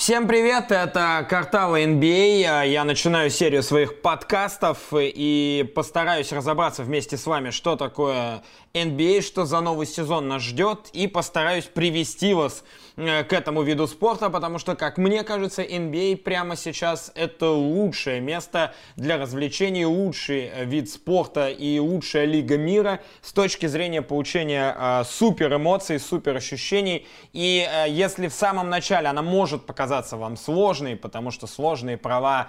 Всем привет, это Квартал NBA. Я начинаю серию своих подкастов и постараюсь разобраться вместе с вами, что такое NBA, что за новый сезон нас ждет, и постараюсь привести вас к этому виду спорта, потому что, как мне кажется, NBA прямо сейчас это лучшее место для развлечений, лучший вид спорта и лучшая лига мира с точки зрения получения супер эмоций, супер ощущений. И если в самом начале она может показаться вам сложной, потому что сложные права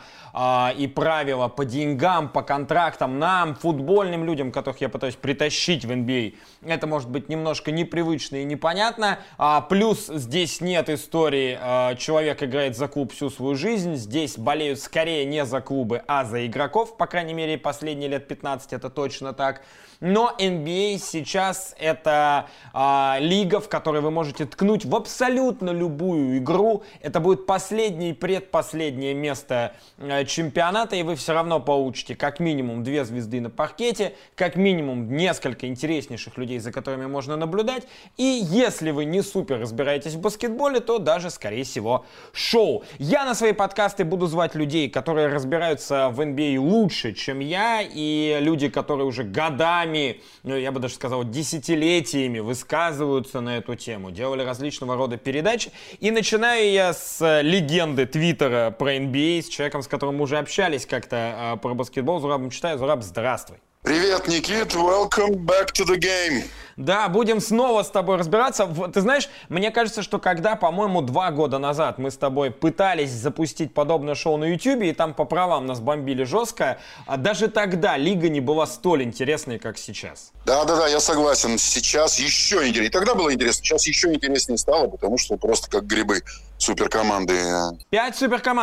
и правила по деньгам, по контрактам нам, футбольным людям, которых я пытаюсь притащить в NBA, это может быть немножко непривычно и непонятно. Плюс здесь нет истории «человек играет за клуб всю свою жизнь». Здесь болеют скорее не за клубы, а за игроков. По крайней мере, последние лет 15 это точно так. Но NBA сейчас это лига, в которой вы можете ткнуть в абсолютно любую игру. Это будет последнее и предпоследнее место чемпионата, и вы все равно получите как минимум 2 звезды на паркете, как минимум несколько интереснейших людей, за которыми можно наблюдать. И если вы не супер разбираетесь в баскетболе, то даже, скорее всего, шоу. Я на свои подкасты буду звать людей, которые разбираются в NBA лучше, чем я, и люди, которые уже годами, ну, я бы даже сказал, десятилетиями высказываются на эту тему, делали различного рода передачи. И начинаю я с легенды Твиттера про NBA, с человеком, с которым мы уже общались как-то про баскетбол, Зурабом Читаю. Зураб, здравствуй. Привет, Никит, welcome back to the game. Да, будем снова с тобой разбираться. Ты знаешь, мне кажется, что когда, по-моему, 2 года назад мы с тобой пытались запустить подобное шоу на YouTube, и там по правам нас бомбили жестко, даже тогда лига не была столь интересной, как сейчас. Да, я согласен. Сейчас еще интереснее. Тогда было интересно, сейчас еще интереснее стало, потому что просто как грибы суперкоманды. 5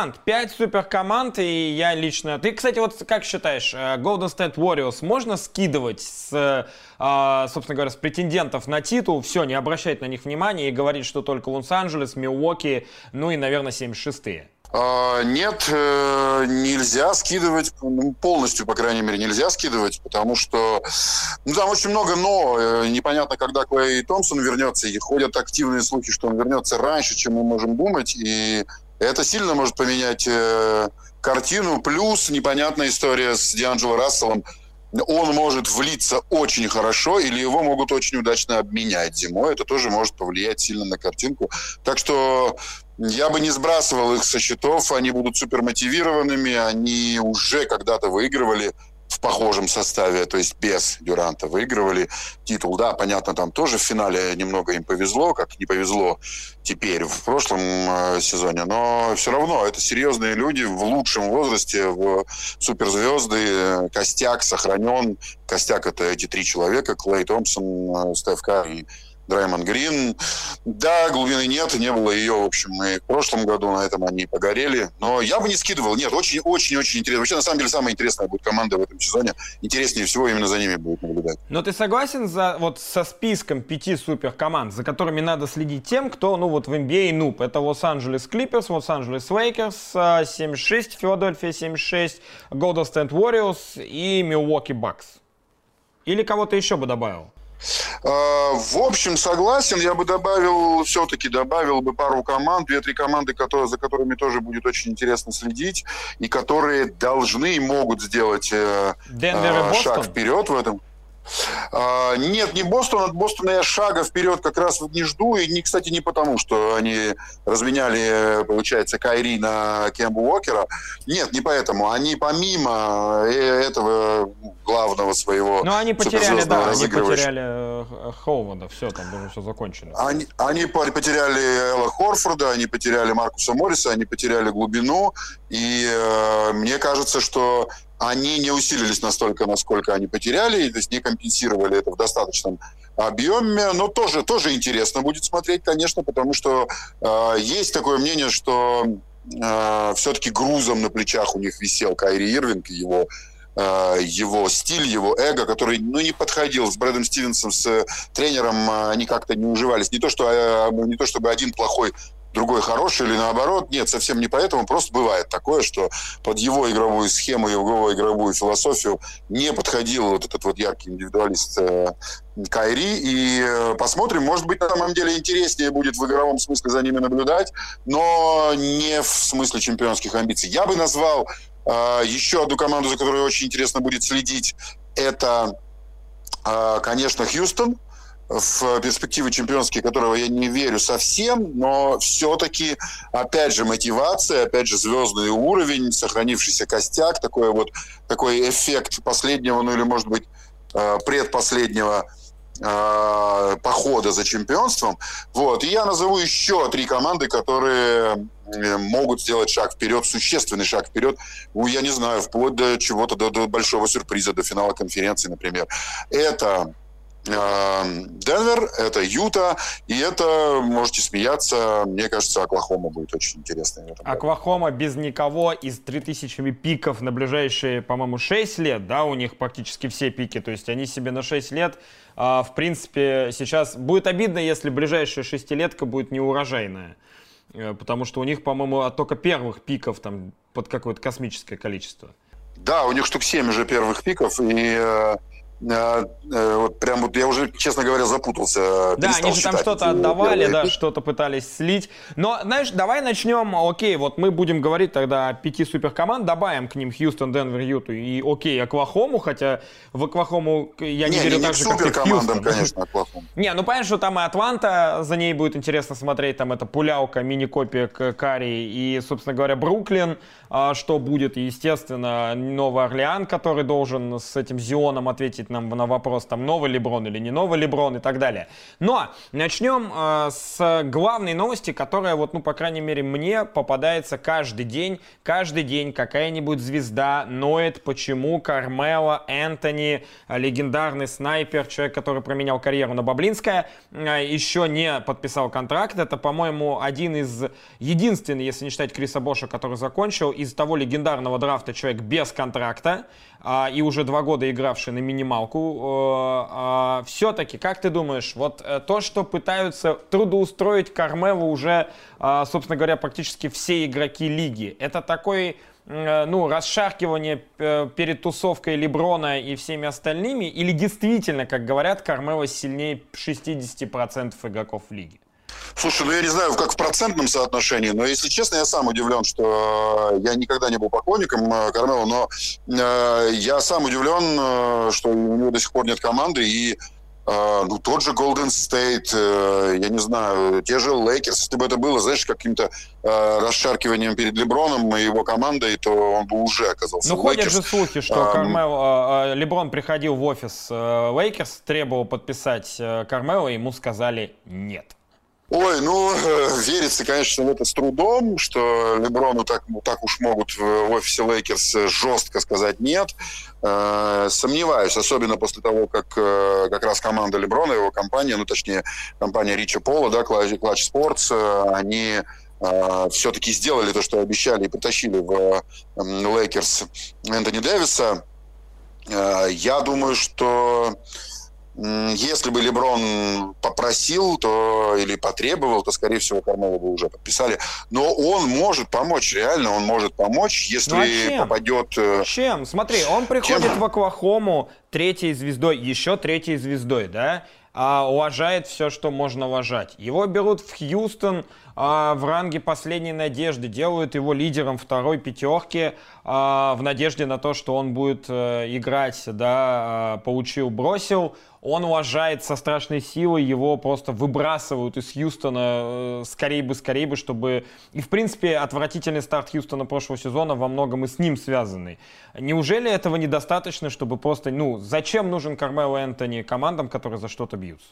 суперкоманд, и я лично... Ты, кстати, вот как считаешь, Golden State Warriors можно скидывать с, собственно говоря, с претендентов на титул, все, не обращать на них внимания и говорить, что только Лос-Анджелес, Милуоки, ну и, наверное, 76-е? Нет, нельзя скидывать, полностью, по крайней мере, нельзя скидывать, потому что там очень много «но». Непонятно, когда Клей Томпсон вернется, и ходят активные слухи, что он вернется раньше, чем мы можем думать, и это сильно может поменять картину. Плюс непонятная история с Дианджело Расселом. Он может влиться очень хорошо, или его могут очень удачно обменять зимой. Это тоже может повлиять сильно на картинку. Так что я бы не сбрасывал их со счетов. Они будут супермотивированными. Они уже когда-то выигрывали в похожем составе, то есть без Дюранта выигрывали титул. Да, понятно, там тоже в финале немного им повезло, как не повезло теперь в прошлом сезоне, но все равно это серьезные люди в лучшем возрасте, в суперзвезды, костяк сохранен. Костяк — это эти 3 человека: Клей Томпсон, Стеф Карри и Дреймонд Грин. Да, глубины нет, не было ее, в общем, и в прошлом году на этом они погорели. Но я бы не скидывал. Нет, очень-очень интересно. Вообще, на самом деле, самая интересная будет команда в этом сезоне. Интереснее всего именно за ними будет наблюдать. Но ты согласен со списком 5 суперкоманд, за которыми надо следить тем, кто, в NBA нуб? Это Лос-Анджелес Клиперс, Лос-Анджелес Лейкерс 76, Филадельфия 76, Golden State Warriors и Милуоки Бакс. Или кого-то еще бы добавил? В общем, согласен. Я бы все-таки добавил бы пару команд, 2-3 команды, за которыми тоже будет очень интересно следить, и которые должны и могут сделать шаг вперед в этом. Нет, не Бостон. От Бостона я шага вперед как раз не жду. И, кстати, не потому, что они разменяли, получается, Кайри на Кембу Уокера. Нет, не поэтому. Они помимо этого главного своего суперзвездного разыгрывающего. Они потеряли Холланда. Все, там уже все закончено. Они потеряли Элла Хорфорда, они потеряли Маркуса Морриса, они потеряли глубину. И мне кажется, что они не усилились настолько, насколько они потеряли, то есть не компенсировали это в достаточном объеме, но тоже интересно будет смотреть, конечно, потому что есть такое мнение, что все-таки грузом на плечах у них висел Кайри Ирвинг и его стиль, его эго, который не подходил с Брэдом Стивенсом, с тренером, они как-то не уживались. Не то чтобы один плохой другой хороший или наоборот. Нет, совсем не поэтому. Просто бывает такое, что под его игровую схему, его игровую философию не подходил вот этот вот яркий индивидуалист Кайри. И посмотрим, может быть, на самом деле интереснее будет в игровом смысле за ними наблюдать, но не в смысле чемпионских амбиций. Я бы назвал еще одну команду, за которой очень интересно будет следить. Это, конечно, Хьюстон. В перспективы чемпионские, которого я не верю совсем, но все-таки, опять же, мотивация, опять же, звездный уровень, сохранившийся костяк, такой эффект последнего, ну или, может быть, предпоследнего похода за чемпионством. Вот. И я назову еще 3 команды, которые могут сделать шаг вперед, существенный шаг вперед, я не знаю, вплоть до чего-то, до большого сюрприза, до финала конференции, например. Это Денвер, это Юта, и это, можете смеяться, мне кажется, Оклахома будет очень интересной. Оклахома без никого из 3000 пиков на ближайшие, по-моему, 6 лет, да, у них практически все пики, то есть они себе на 6 лет, в принципе, сейчас будет обидно, если ближайшая шестилетка будет неурожайная, потому что у них, по-моему, от только первых пиков там под какое-то космическое количество. Да, у них штук 7 уже первых пиков, и вот прям вот я уже, честно говоря, запутался. Да, они же там что-то отдавали, да, что-то пытались слить. Но, знаешь, давай начнем, окей, вот мы будем говорить тогда о 5 суперкоманд, добавим к ним Хьюстон, Денвер, Юту и, окей, Оклахому, хотя в Оклахому я не верю так же, как и в Хьюстон. Конечно, Оклахому. Не, ну понятно, что там и Атланта, за ней будет интересно смотреть, там это пулялка, мини-копия Карри и, собственно говоря, Бруклин, что будет, естественно, Новый Орлеан, который должен с этим Зионом ответить нам на вопрос, там, новый Леброн или не новый Леброн и так далее. Но начнем с главной новости, которая, вот, ну, по крайней мере, мне попадается каждый день какая-нибудь звезда ноет, почему Кармело Энтони, легендарный снайпер, человек, который променял карьеру на Баблинское, еще не подписал контракт. Это, по-моему, единственный, если не считать Криса Боша, который закончил, из того легендарного драфта человек без контракта и уже 2 года игравший на минималку. Все-таки, как ты думаешь, вот то, что пытаются трудоустроить Кармело уже, собственно говоря, практически все игроки лиги, это такой, ну, расшаркивание перед тусовкой Леброна и всеми остальными, или действительно, как говорят, Кармело сильнее 60% игроков лиги? Слушай, ну я не знаю, как в процентном соотношении, но, если честно, я сам удивлен, что я никогда не был поклонником Кармело, но я сам удивлен, что у него до сих пор нет команды, и ну, тот же Golden State, я не знаю, те же Lakers, если бы это было, знаешь, каким-то расшаркиванием перед Леброном и его командой, то он бы уже оказался в Lakers. Ну, ходят же слухи, что Леброн приходил в офис Lakers, требовал подписать Кармело, ему сказали нет. Ой, ну, верится, конечно, в это с трудом, что Леброну так уж могут в офисе Лейкерс жестко сказать «нет». Сомневаюсь, особенно после того, как раз команда Леброна, его компания, ну, точнее, компания Ричи Пола, да, Clutch Sports, они все-таки сделали то, что обещали, и притащили в Лейкерс Энтони Дэвиса. Я думаю, что если бы Леброн попросил, или потребовал, то, скорее всего, Кармело бы уже подписали. Но он может помочь, реально он может помочь, если попадет... Чем? Смотри, он приходит в Оклахому 3-й звездой, еще 3-й звездой, да? Уважает все, что можно уважать. Его берут в Хьюстон в ранге последней надежды, делают его лидером 2-й пятерки в надежде на то, что он будет играть, да, получил, бросил. Он уважает со страшной силой, его просто выбрасывают из Хьюстона скорее бы, чтобы... И, в принципе, отвратительный старт Хьюстона прошлого сезона во многом и с ним связанный. Неужели этого недостаточно, чтобы просто... Ну, зачем нужен Кармело Энтони командам, которые за что-то бьются?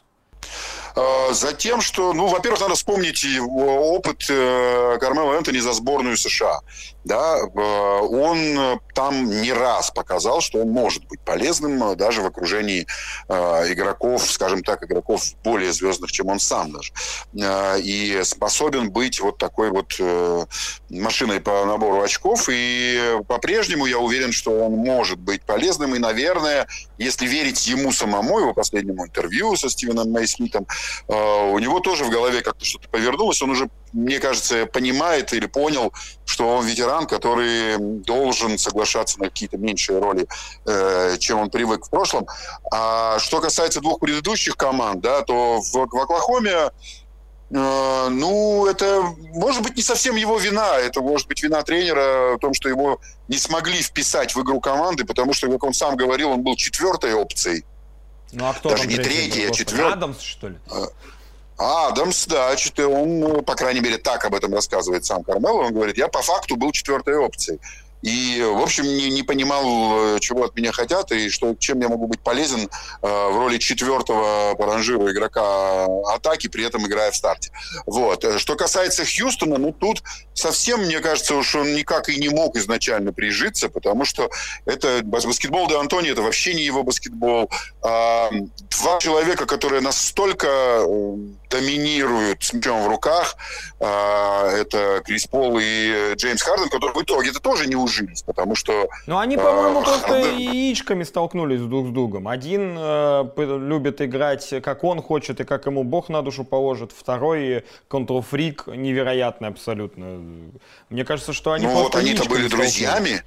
Затем, что, ну, во-первых, надо вспомнить опыт Кармело Энтони за сборную США. Да? Он там не раз показал, что он может быть полезным даже в окружении игроков, скажем так, игроков более звездных, чем он сам даже. И способен быть вот такой вот машиной по набору очков. И по-прежнему я уверен, что он может быть полезным. И, наверное, если верить ему самому, его последнему интервью со Стивеном Мэй Смитом, у него тоже в голове как-то что-то повернулось. Он уже, мне кажется, понимает или понял, что он ветеран, который должен соглашаться на какие-то меньшие роли, чем он привык в прошлом. А что касается двух предыдущих команд, да, то в Оклахоме, ну, это может быть не совсем его вина, это может быть вина тренера в том, что его не смогли вписать в игру команды, потому что, как он сам говорил, он был четвертой опцией. Ну, а кто даже там не третий, а четвертый. Адамс, что ли? Адамс, да, он, по крайней мере, так об этом рассказывает сам Кармело. Он говорит, я по факту был четвертой опцией. И, в общем, не понимал, чего от меня хотят, и чем я могу быть полезен в роли четвертого по ранжиру игрока атаки, при этом играя в старте. Вот. Что касается Хьюстона, ну, тут совсем, мне кажется, уж он никак и не мог изначально прижиться, потому что это баскетбол Д'Антони, это вообще не его баскетбол. Два человека, которые настолько доминируют с мячом в руках, это Крис Пол и Джеймс Харден, которые в итоге это тоже не ужились, потому что... Ну, они, по-моему, просто яичками столкнулись друг с другом. Один любит играть, как он хочет, и как ему Бог на душу положит. Второй контрол-фрик невероятный абсолютно. Мне кажется, что они просто они-то были друзьями.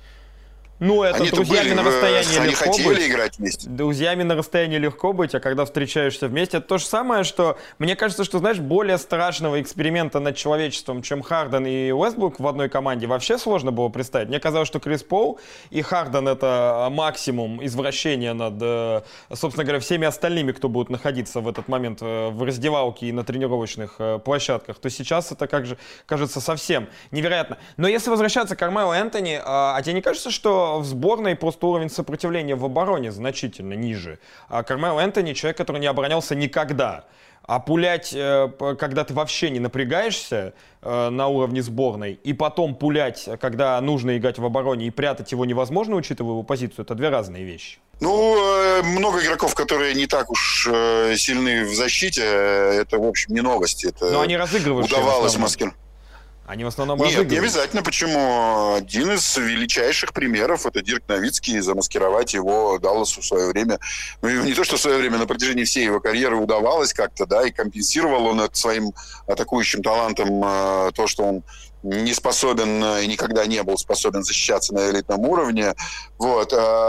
Ну, это они-то друзьями на расстоянии они легко хотели быть. Играть вместе. Друзьями на расстоянии легко быть, а когда встречаешься вместе, это то же самое, что... Мне кажется, что, знаешь, более страшного эксперимента над человечеством, чем Харден и Уэстбрук в одной команде, вообще сложно было представить. Мне казалось, что Крис Пол и Харден — это максимум извращения над, собственно говоря, всеми остальными, кто будет находиться в этот момент в раздевалке и на тренировочных площадках. То сейчас это, кажется, совсем невероятно. Но если возвращаться к Кармело Энтони, а тебе не кажется, что в сборной просто уровень сопротивления в обороне значительно ниже? А Кармело Энтони — человек, который не оборонялся никогда. А пулять, когда ты вообще не напрягаешься на уровне сборной, и потом пулять, когда нужно играть в обороне, и прятать его невозможно, учитывая его позицию, это две разные вещи. Ну, много игроков, которые не так уж сильны в защите, это, в общем, не новости. Это но они разыгрывающие. Удавалось Москве. Они в основном Нет, не обязательно. Почему? Один из величайших примеров — это Дирк Новицкий. Замаскировать его Далласу в свое время. Ну, не то, что в свое время, на протяжении всей его карьеры удавалось как-то, да, и компенсировал он это своим атакующим талантом то, что он не способен и никогда не был способен защищаться на элитном уровне. Вот.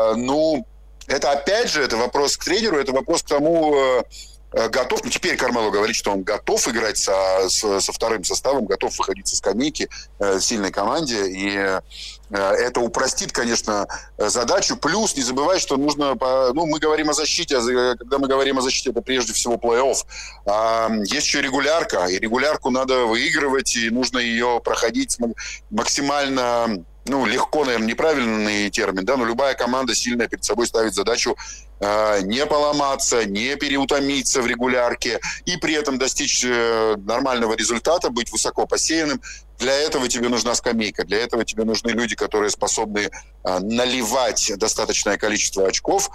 Ну, это опять же, это вопрос к тренеру, это вопрос к тому... готов, ну теперь Кармело говорит, что он готов играть со вторым составом, готов выходить со скамейки в сильной команде, и это упростит, конечно, задачу. Плюс не забывай, что нужно, ну, мы говорим о защите, когда мы говорим о защите, это прежде всего плей-офф. Есть еще регулярка, и регулярку надо выигрывать, и нужно ее проходить максимально... Ну, легко, наверное, неправильный термин, да, но любая команда сильная перед собой ставит задачу не поломаться, не переутомиться в регулярке и при этом достичь нормального результата, быть высоко посеянным. Для этого тебе нужна скамейка, для этого тебе нужны люди, которые способны наливать достаточное количество очков.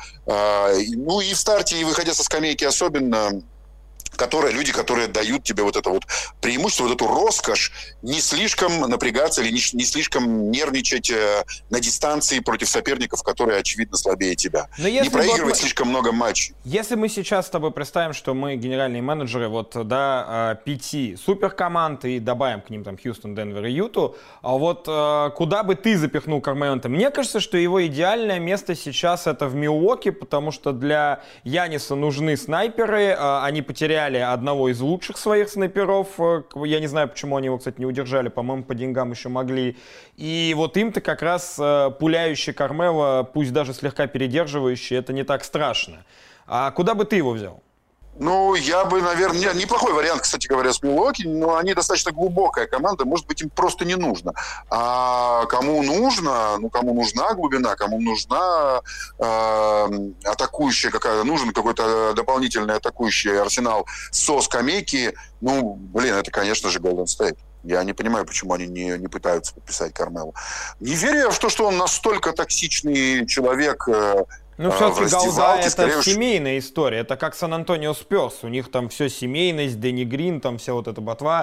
Ну и в старте, и выходя со скамейки особенно... люди, которые дают тебе вот это вот преимущество, вот эту роскошь не слишком напрягаться или не слишком нервничать на дистанции против соперников, которые, очевидно, слабее тебя. Не проигрывать слишком много матчей. Если мы сейчас с тобой представим, что мы генеральные менеджеры вот, да, 5 суперкоманд и добавим к ним там Хьюстон, Денвер и Юту, а вот куда бы ты запихнул Кармело Энтони? Мне кажется, что его идеальное место сейчас это в Милуоки, потому что для Яниса нужны снайперы, они потеряли одного из лучших своих снайперов. Я не знаю, почему они его, кстати, не удержали. По-моему, по деньгам еще могли. И вот им-то как раз пуляющий Кармело, пусть даже слегка передерживающий, это не так страшно. А куда бы ты его взял? Ну, я бы, наверное... Неплохой вариант, кстати говоря, с Милуоки, но они достаточно глубокая команда, может быть, им просто не нужно. А кому нужно, ну, кому нужна глубина, кому нужна атакующая какая-то, нужен какой-то дополнительный атакующий арсенал со скамейки, ну, блин, это, конечно же, Golden State. Я не понимаю, почему они не пытаются подписать Кармело. Не верю я в то, что он настолько токсичный человек... Ну, все-таки Голда — это семейная история. Это как Сан-Антонио Спёрс. У них там все семейность, Дэнни Грин, там вся вот эта ботва.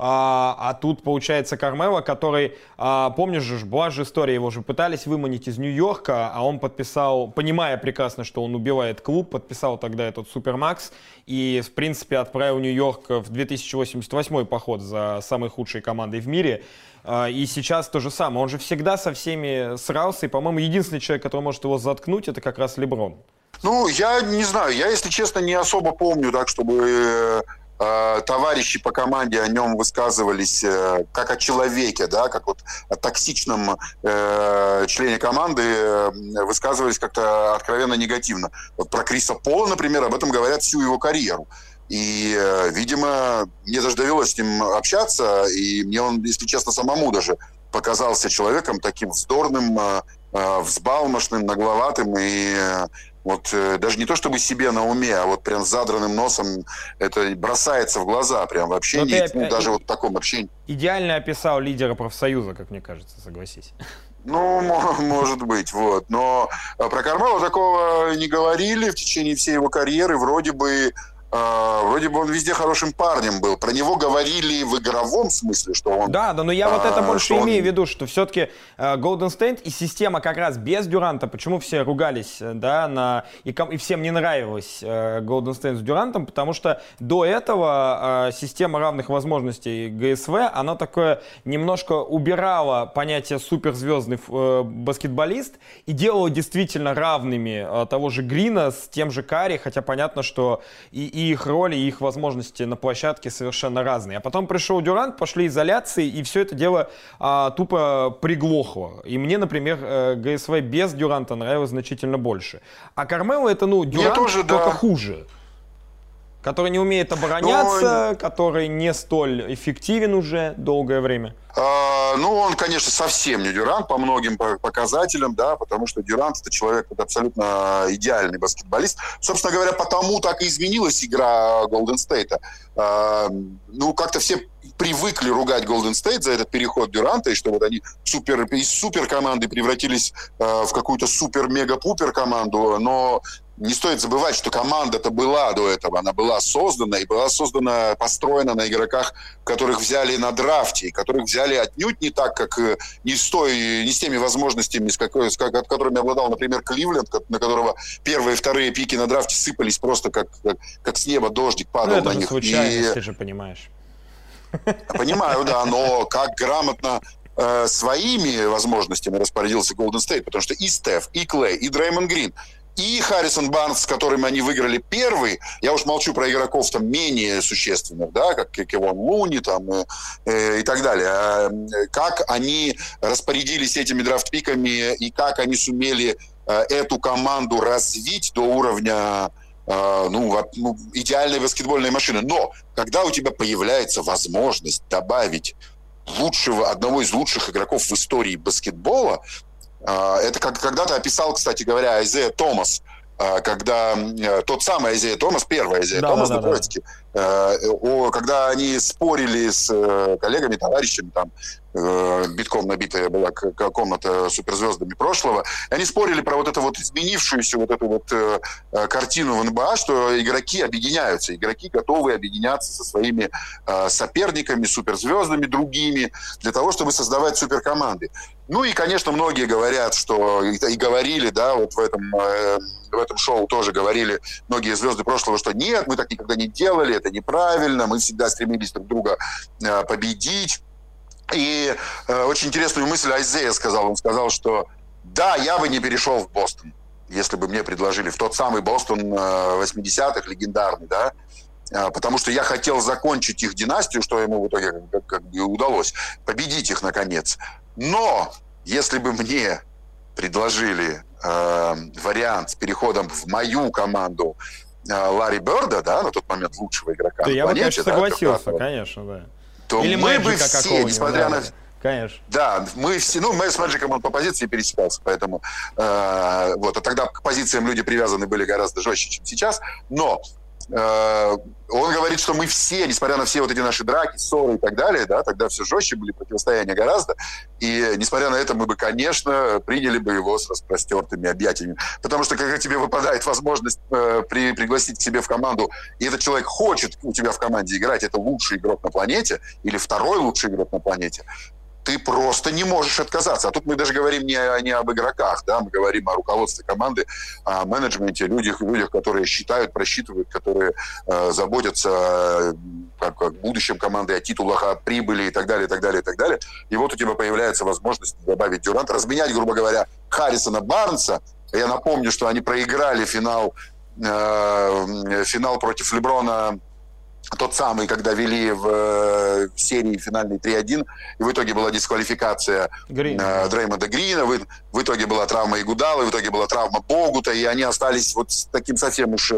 А тут, получается, Кармело, который, помнишь же, была же история, его же пытались выманить из Нью-Йорка, а он подписал, понимая прекрасно, что он убивает клуб, подписал тогда этот Супермакс и, в принципе, отправил Нью-Йорк в 2088 поход за самой худшей командой в мире. И сейчас то же самое. Он же всегда со всеми срался, и, по-моему, единственный человек, который может его заткнуть, это как раз Леброн. Ну, я не знаю. Я, если честно, не особо помню, так, чтобы товарищи по команде о нем высказывались как о человеке, да, как вот о токсичном члене команды высказывались как-то откровенно негативно. Вот про Криса Пола, например, об этом говорят всю его карьеру. И, видимо, мне даже довелось с ним общаться, и мне он, если честно, самому даже показался человеком таким вздорным, взбалмошным, нагловатым, и вот даже не то чтобы себе на уме, а вот прям с задранным носом это бросается в глаза прям в общении, даже вот в таком общении. Идеально описал лидера профсоюза, как мне кажется, согласись. Ну, может быть, вот. Но про Кармело такого не говорили в течение всей его карьеры, вроде бы он везде хорошим парнем был. Про него говорили в игровом смысле, что он... Да, но я вот это больше имею в виду, что все-таки Golden State и система как раз без Дюранта, почему все ругались, да, и всем не нравилось Golden State с Дюрантом, потому что до этого система равных возможностей ГСВ, она такое немножко убирала понятие суперзвездный баскетболист и делала действительно равными того же Грина с тем же Карри, хотя понятно, что и их роли, и их возможности на площадке совершенно разные. А потом пришел Дюрант, пошли изоляции, и все это дело тупо приглохло. И мне, например, ГСВ без Дюранта нравилось значительно больше. А Кармело это, Дюрант тоже, только да. Хуже. Который не умеет обороняться, который не столь эффективен уже долгое время. Он, конечно, совсем не Дюрант по многим показателям, да, потому что Дюрант — это человек абсолютно идеальный баскетболист. Собственно говоря, потому так и изменилась игра Golden State. Как-то все привыкли ругать Golden State за этот переход Дюранта, и что вот они из суперкоманды превратились в какую-то супер-мега-пупер команду, но не стоит забывать, что команда-то была до этого, она была создана, и была создана, построена на игроках, которых взяли на драфте, и которых взяли отнюдь не так, как не с теми возможностями, которыми обладал, например, Кливленд, на которого первые и вторые пики на драфте сыпались просто как с неба дождик падал на них. Это случайность, ты же понимаешь. Понимаю, да, но как грамотно своими возможностями распорядился Golden State, потому что и Стеф, и Клей, и Дреймонд Грин, и Харрисон Барнс, с которыми они выиграли первый, я уж молчу про игроков там менее существенных, да, как Кевон Луни там и так далее. Как они распорядились этими драфт-пиками и как они сумели эту команду развить до уровня идеальной баскетбольной машины. Но когда у тебя появляется возможность добавить одного из лучших игроков в истории баскетбола, это как когда-то описал, кстати говоря, Айзея Томас, когда тот самый Айзея Томас, первый Айзея Томас, когда они спорили с коллегами, товарищами, там битком набитая была комната суперзвездами прошлого, и они спорили про вот эту вот изменившуюся вот эту вот картину в НБА, что игроки объединяются, игроки готовы объединяться со своими соперниками, суперзвездами другими, для того, чтобы создавать суперкоманды. Ну и, конечно, многие говорят, что и говорили, да, вот в этом шоу тоже говорили многие звезды прошлого, что нет, мы так никогда не делали, это неправильно, мы всегда стремились друг друга победить. И очень интересную мысль Айзея сказал. Он сказал, что да, я бы не перешел в Бостон, если бы мне предложили в тот самый Бостон 80-х, легендарный, да, потому что я хотел закончить их династию, что ему в итоге как бы удалось, победить их наконец. Но если бы мне предложили вариант с переходом в мою команду Ларри Бёрда, да, на тот момент лучшего игрока, да, я бы, конечно, согласился, конечно, да. То или мы бы все, несмотря на... Конечно. Да, мы все, мы с Мэджиком он по позиции пересекался, поэтому а тогда к позициям люди привязаны были гораздо жестче, чем сейчас, но Он говорит, что мы все, несмотря на все вот эти наши драки, ссоры и так далее, да, тогда все жестче были, противостояния гораздо, и несмотря на это мы бы, конечно, приняли бы его с распростертыми объятиями. Потому что когда тебе выпадает возможность пригласить к себе в команду, и этот человек хочет у тебя в команде играть, это лучший игрок на планете, или второй лучший игрок на планете, ты просто не можешь отказаться. А тут мы даже говорим не об игроках, да, мы говорим о руководстве команды, о менеджменте, людях, которые считают, просчитывают, которые заботятся о будущем команды, о титулах, о прибыли и так далее, и так далее, и так далее. И вот у тебя появляется возможность добавить Дюранта, разменять, грубо говоря, Харрисона Барнса. Я напомню, что они проиграли финал против Леброна, тот самый, когда вели в серии финальной 3-1, и в итоге была дисквалификация Дреймонда Грина, в итоге была травма Игудалы, в итоге была травма Богута, и они остались вот с таким совсем уж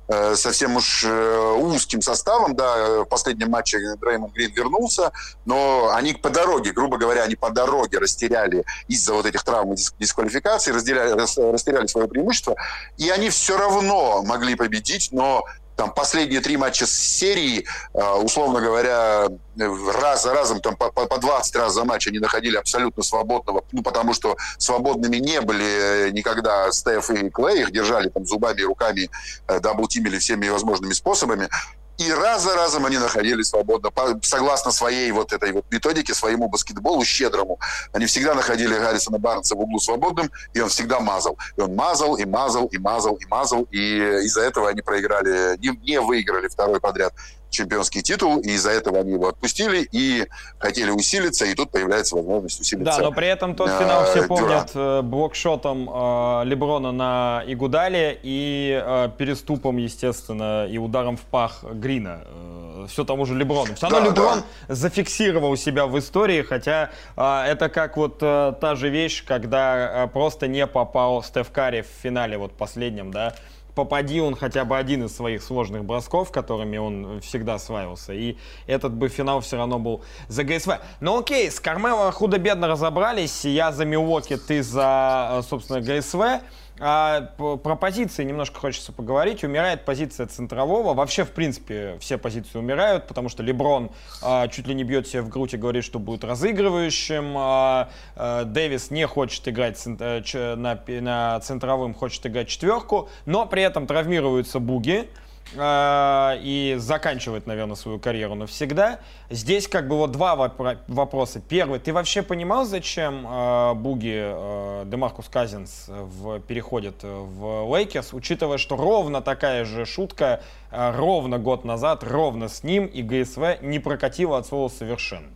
узким составом, да, в последнем матче Дреймонд Грин вернулся, но они по дороге, грубо говоря, растеряли из-за вот этих травм и дисквалификаций, растеряли свое преимущество, и они все равно могли победить, но там последние 3 матча с серии, условно говоря, раз за разом, там по 20 раз за матч они находили абсолютно свободного, потому что свободными не были никогда Стеф и Клей, их держали там зубами и руками, даблтимили всеми возможными способами. И раз за разом они находили свободно, согласно своей вот этой вот методике, своему баскетболу щедрому. Они всегда находили Харрисона Барнса в углу свободным, и он всегда мазал. И он мазал, и мазал, и мазал, и мазал. И из-за этого они проиграли, не выиграли второй подряд чемпионский титул, и из-за этого они его отпустили и хотели усилиться, и тут появляется возможность усилиться. Да, но при этом тот финал все помнят блокшотом Леброна на Игудале и переступом, естественно, и ударом в пах Грина. Все тому же Леброну. Все равно Леброн зафиксировал себя в истории, хотя это как вот та же вещь, когда просто не попал Стеф Карри в финале вот последнем, да, попади он хотя бы один из своих сложных бросков, которыми он всегда славился, и этот бы финал все равно был за ГСВ. Ну окей, с Кармело худо-бедно разобрались, я за Милуоки, ты за, собственно, ГСВ. Про позиции немножко хочется поговорить. Умирает позиция центрового. Вообще, в принципе, все позиции умирают, потому что Леброн чуть ли не бьет себя в грудь и говорит, что будет разыгрывающим. Дэвис не хочет играть на центровым, хочет играть четверку, но при этом травмируется Буги и заканчивает, наверное, свою карьеру навсегда. Здесь как бы вот 2 вопроса. Первый, ты вообще понимал, зачем Буги, Демаркус Казинс переходит в Лейкерс, учитывая, что ровно такая же шутка ровно год назад, ровно с ним и ГСВ не прокатила от слова совершенно?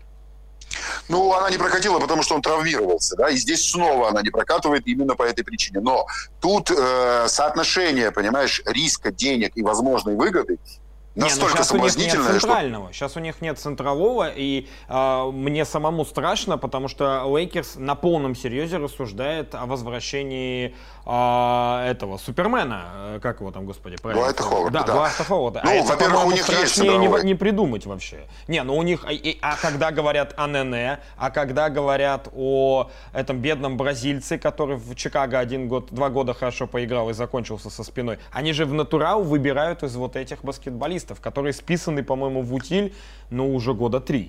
Ну, она не прокатила, потому что он травмировался, да, и здесь снова она не прокатывает именно по этой причине. Но тут соотношение, понимаешь, риска, денег и возможной выгоды настолько соблазнительное, что... Сейчас у них нет центрового, и мне самому страшно, потому что Лейкерс на полном серьезе рассуждает о возвращении этого Супермена, как его там, господи, правильно? Дуайта Ховарда, да. Дуайта Ховарда. Ну, во-первых, у них есть центровой. Не придумать вообще. Не, ну у них, когда говорят о Нене, а когда говорят о этом бедном бразильце, который в Чикаго 2 года хорошо поиграл и закончился со спиной, они же в натурал выбирают из вот этих баскетболистов, которые списаны, по-моему, в утиль, ну, уже года 3.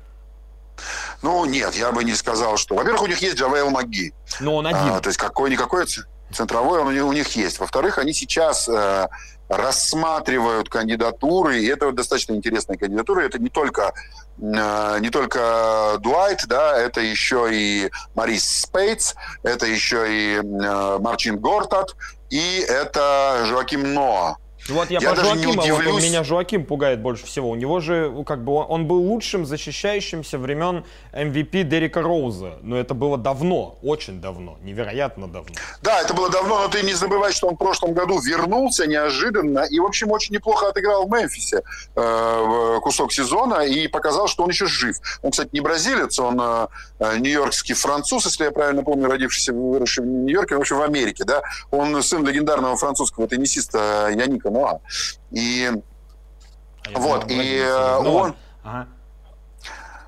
Ну, нет, я бы не сказал, что... Во-первых, у них есть Джавейл МcGee. Но он один. То есть какой-никакой центровой он у них есть. Во-вторых, они сейчас рассматривают кандидатуры, и это достаточно интересная кандидатура. Это не только Дуайт, да, это еще и Марис Спейтс, это еще и Марчин Гортат, и это Жоаким Ноа. Вот я про Жоакима, вот меня Жоаким пугает больше всего. У него же, как бы, он был лучшим защищающимся времен MVP Дерека Роуза. Но это было давно, очень давно, невероятно давно. Да, это было давно, но ты не забывай, что он в прошлом году вернулся неожиданно и, в общем, очень неплохо отыграл в Мемфисе кусок сезона и показал, что он еще жив. Он, кстати, не бразилец, он нью-йоркский француз, если я правильно помню, родившийся, выросший в Нью-Йорке, в общем, в Америке, да. Он сын легендарного французского теннисиста Яника Ноа. И вот, и он... Ага.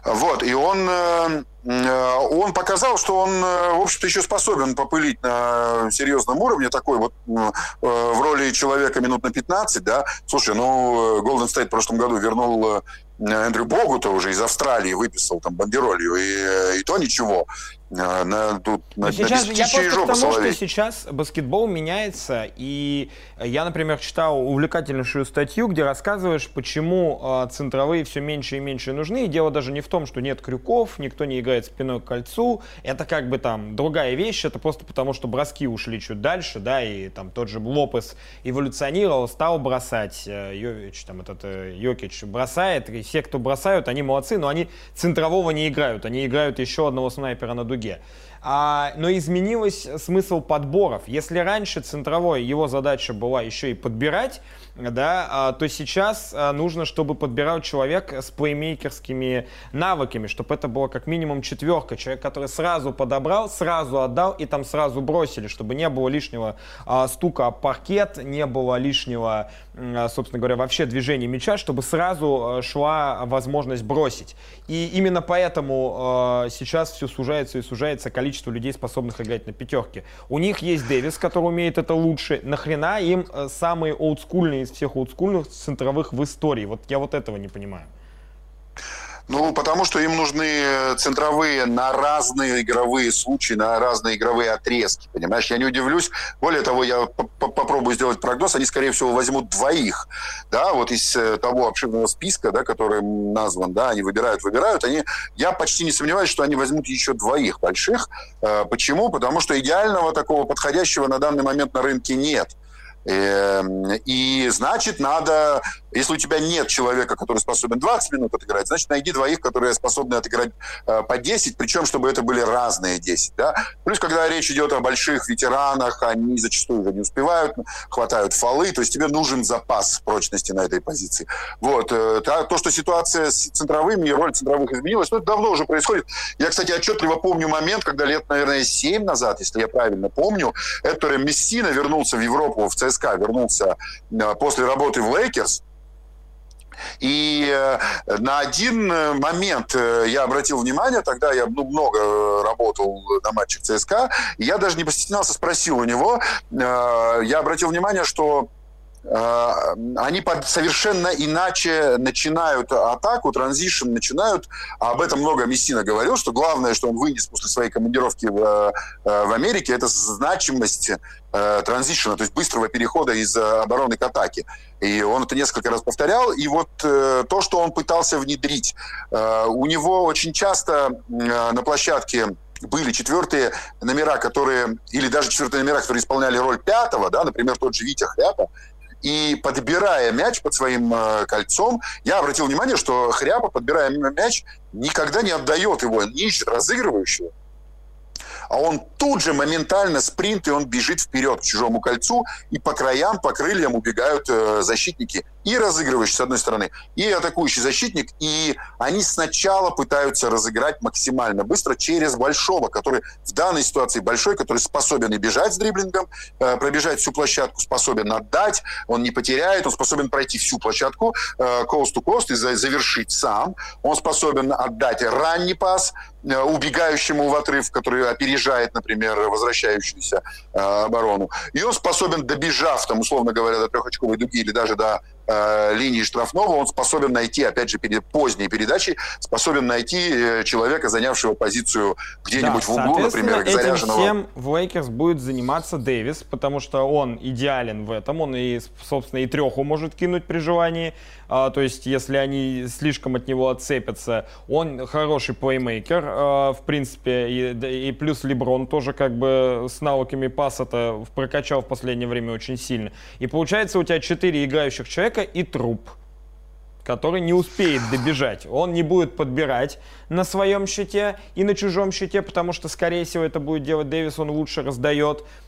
Вот, и он показал, что он, в общем-то, еще способен попылить на серьезном уровне, такой вот в роли человека минут на 15, да. Слушай, ну, Golden State в прошлом году вернул Эндрю Богута уже из Австралии, выписал там бандеролью, и то ничего. Сейчас я просто к тому, что сейчас баскетбол меняется, и я, например, читал увлекательнейшую статью, где рассказываешь, почему центровые все меньше и меньше нужны, и дело даже не в том, что нет крюков, никто не играет спиной к кольцу, это как бы там другая вещь, это просто потому, что броски ушли чуть дальше, да, и там тот же Лопес эволюционировал, стал бросать, Йокич бросает, и все, кто бросают, они молодцы, но они центрового не играют, они играют еще одного снайпера на дуге. Но изменилось смысл подборов. Если раньше центровой его задача была еще и подбирать, да, то сейчас нужно, чтобы подбирал человек с плеймейкерскими навыками, чтобы это было как минимум четверка. Человек, который сразу подобрал, сразу отдал и там сразу бросили, чтобы не было лишнего стука об паркет, не было лишнего, собственно говоря, вообще движения мяча, чтобы сразу шла возможность бросить. И именно поэтому сейчас все сужается и сужается количество людей, способных играть на пятерке. У них есть Дэвис, который умеет это лучше. Нахрена им самые олдскульные из всех олдскульных центровых в истории? Вот я вот этого не понимаю. Ну, потому что им нужны центровые на разные игровые случаи, на разные игровые отрезки, понимаешь? Я не удивлюсь. Более того, я попробую сделать прогноз. Они, скорее всего, возьмут двоих, да, вот из того обширного списка, да, который назван, да, они выбирают. Я почти не сомневаюсь, что они возьмут еще двоих больших. Почему? Потому что идеального такого подходящего на данный момент на рынке нет. И значит, надо, если у тебя нет человека, который способен 20 минут отыграть, значит, найди двоих, которые способны отыграть по 10, причем, чтобы это были разные 10. Да? Плюс, когда речь идет о больших ветеранах, они зачастую уже не успевают, хватают фолы, то есть тебе нужен запас прочности на этой позиции. Вот. То, что ситуация с центровыми и роль центровых изменилась, ну, это давно уже происходит. Я, кстати, отчетливо помню момент, когда лет, наверное, 7 назад, если я правильно помню, Ettore Messina вернулся в Европу, в ЦСКА, вернулся после работы в Лейкерс. И на один момент я обратил внимание, тогда я много работал на матчах ЦСКА, и я даже не постеснялся, спросил у него, я обратил внимание, что они совершенно иначе начинают атаку, транзишн начинают. Об этом много Мессина говорил, что главное, что он вынес после своей командировки в Америке, это значимость транзишна, то есть быстрого перехода из обороны к атаке. И он это несколько раз повторял. И вот то, что он пытался внедрить, у него очень часто на площадке были четвертые номера, или даже четвертые номера, которые исполняли роль пятого, да, например, тот же Витя Хряпа. И подбирая мяч под своим кольцом, я обратил внимание, что Хряпа, подбирая мяч, никогда не отдает его, не ищет разыгрывающего. А он тут же моментально спринт, и он бежит вперед к чужому кольцу, и по краям, по крыльям убегают защитники. И разыгрывающий, с одной стороны, и атакующий защитник. И они сначала пытаются разыграть максимально быстро через большого, который в данной ситуации большой, который способен и бежать с дриблингом, пробежать всю площадку, способен отдать, он не потеряет, он способен пройти всю площадку coast-to-coast и завершить сам. Он способен отдать ранний пас убегающему в отрыв, который опережает, например, возвращающуюся оборону. И он способен, добежав, там, условно говоря, до трехочковой дуги или даже до линии штрафного, он способен найти, опять же, перед поздней передачей, способен найти человека, занявшего позицию где-нибудь в углу, например, заряженного. Этим всем в Лейкерс будет заниматься Дэвис, потому что он идеален в этом, он и, собственно, и треху может кинуть при желании, то есть, если они слишком от него отцепятся, он хороший плеймейкер, в принципе, и плюс Леброн тоже как бы с навыками паса-то прокачал в последнее время очень сильно. И получается, у тебя 4 играющих человека и труп, который не успеет добежать. Он не будет подбирать на своем щите и на чужом щите, потому что, скорее всего, это будет делать Дэвис, он лучше раздает.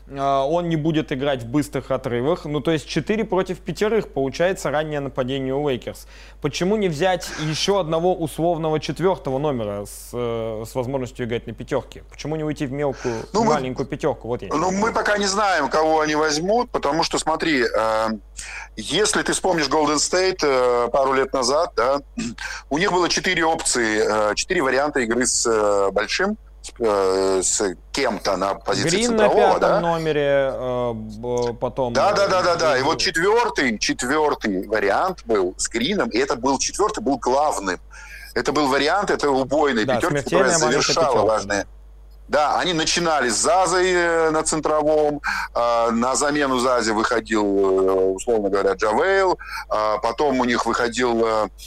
он не будет играть в быстрых отрывах. Ну, то есть 4 против 5 получается раннее нападение у Лейкерс. Почему не взять еще одного условного 4-го номера с возможностью играть на пятерке? Почему не уйти в мелкую, маленькую пятерку? Вот мы пока не знаем, кого они возьмут, потому что, смотри, если ты вспомнишь Golden State пару лет назад, да, у них было 4 опции, 4 варианта игры с большим, с кем-то на позиции Грин центрового, на 5-м номере, потом... Да. И вот четвертый вариант был с Грином, и это был четвертый, был главным. Это был вариант, это убойной пятерки, которая завершала важные... Да, они начинали с Зазой на центровом, на замену Зазе выходил, условно говоря, Джавейл, потом у них выходил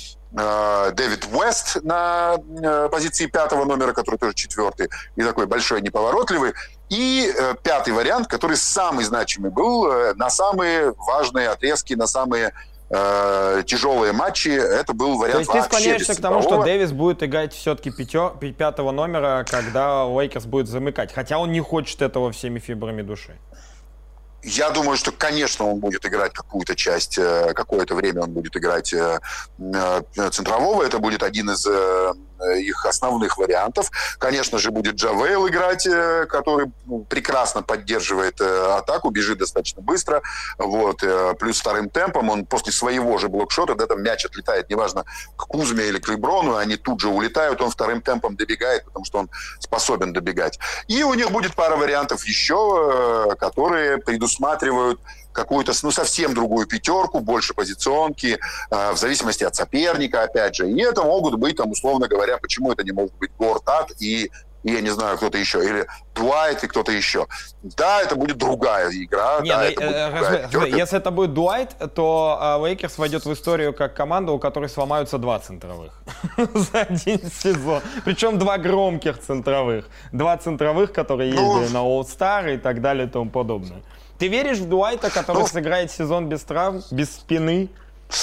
Дэвид Уэст на позиции 5-го номера, который тоже 4-й, и такой большой, неповоротливый. И 5-й вариант, который самый значимый был на самые важные отрезки, на самые тяжелые матчи, это был вариант вообще. То есть ты склоняешься к тому, что Дэвис будет играть все-таки 5-го номера, когда Лейкерс будет замыкать, хотя он не хочет этого всеми фибрами души. Я думаю, что, конечно, он будет играть какую-то часть, какое-то время он будет играть центрового. Это будет один из их основных вариантов. Конечно же, будет Джавейл играть, который прекрасно поддерживает атаку, бежит достаточно быстро. Вот. Плюс вторым темпом он после своего же блокшота, да, там мяч отлетает, неважно, к Кузме или к Леброну, они тут же улетают, он вторым темпом добегает, потому что он способен добегать. И у них будет пара вариантов еще, которые предусматривают какую-то, совсем другую пятерку, больше позиционки, в зависимости от соперника, опять же. И это могут быть, там, условно говоря, почему это не может быть Гортат и я не знаю, кто-то еще, или Дуайт и кто-то еще. Да, это будет другая игра. Не, да, это будет другая если это будет Дуайт, то Лейкерс войдет в историю как команда, у которой сломаются 2 центровых за один сезон. Причем 2 громких центровых. 2 центровых, которые ездили на All-Star и так далее и тому подобное. Ты веришь в Дуайта, который сыграет сезон без травм, без спины?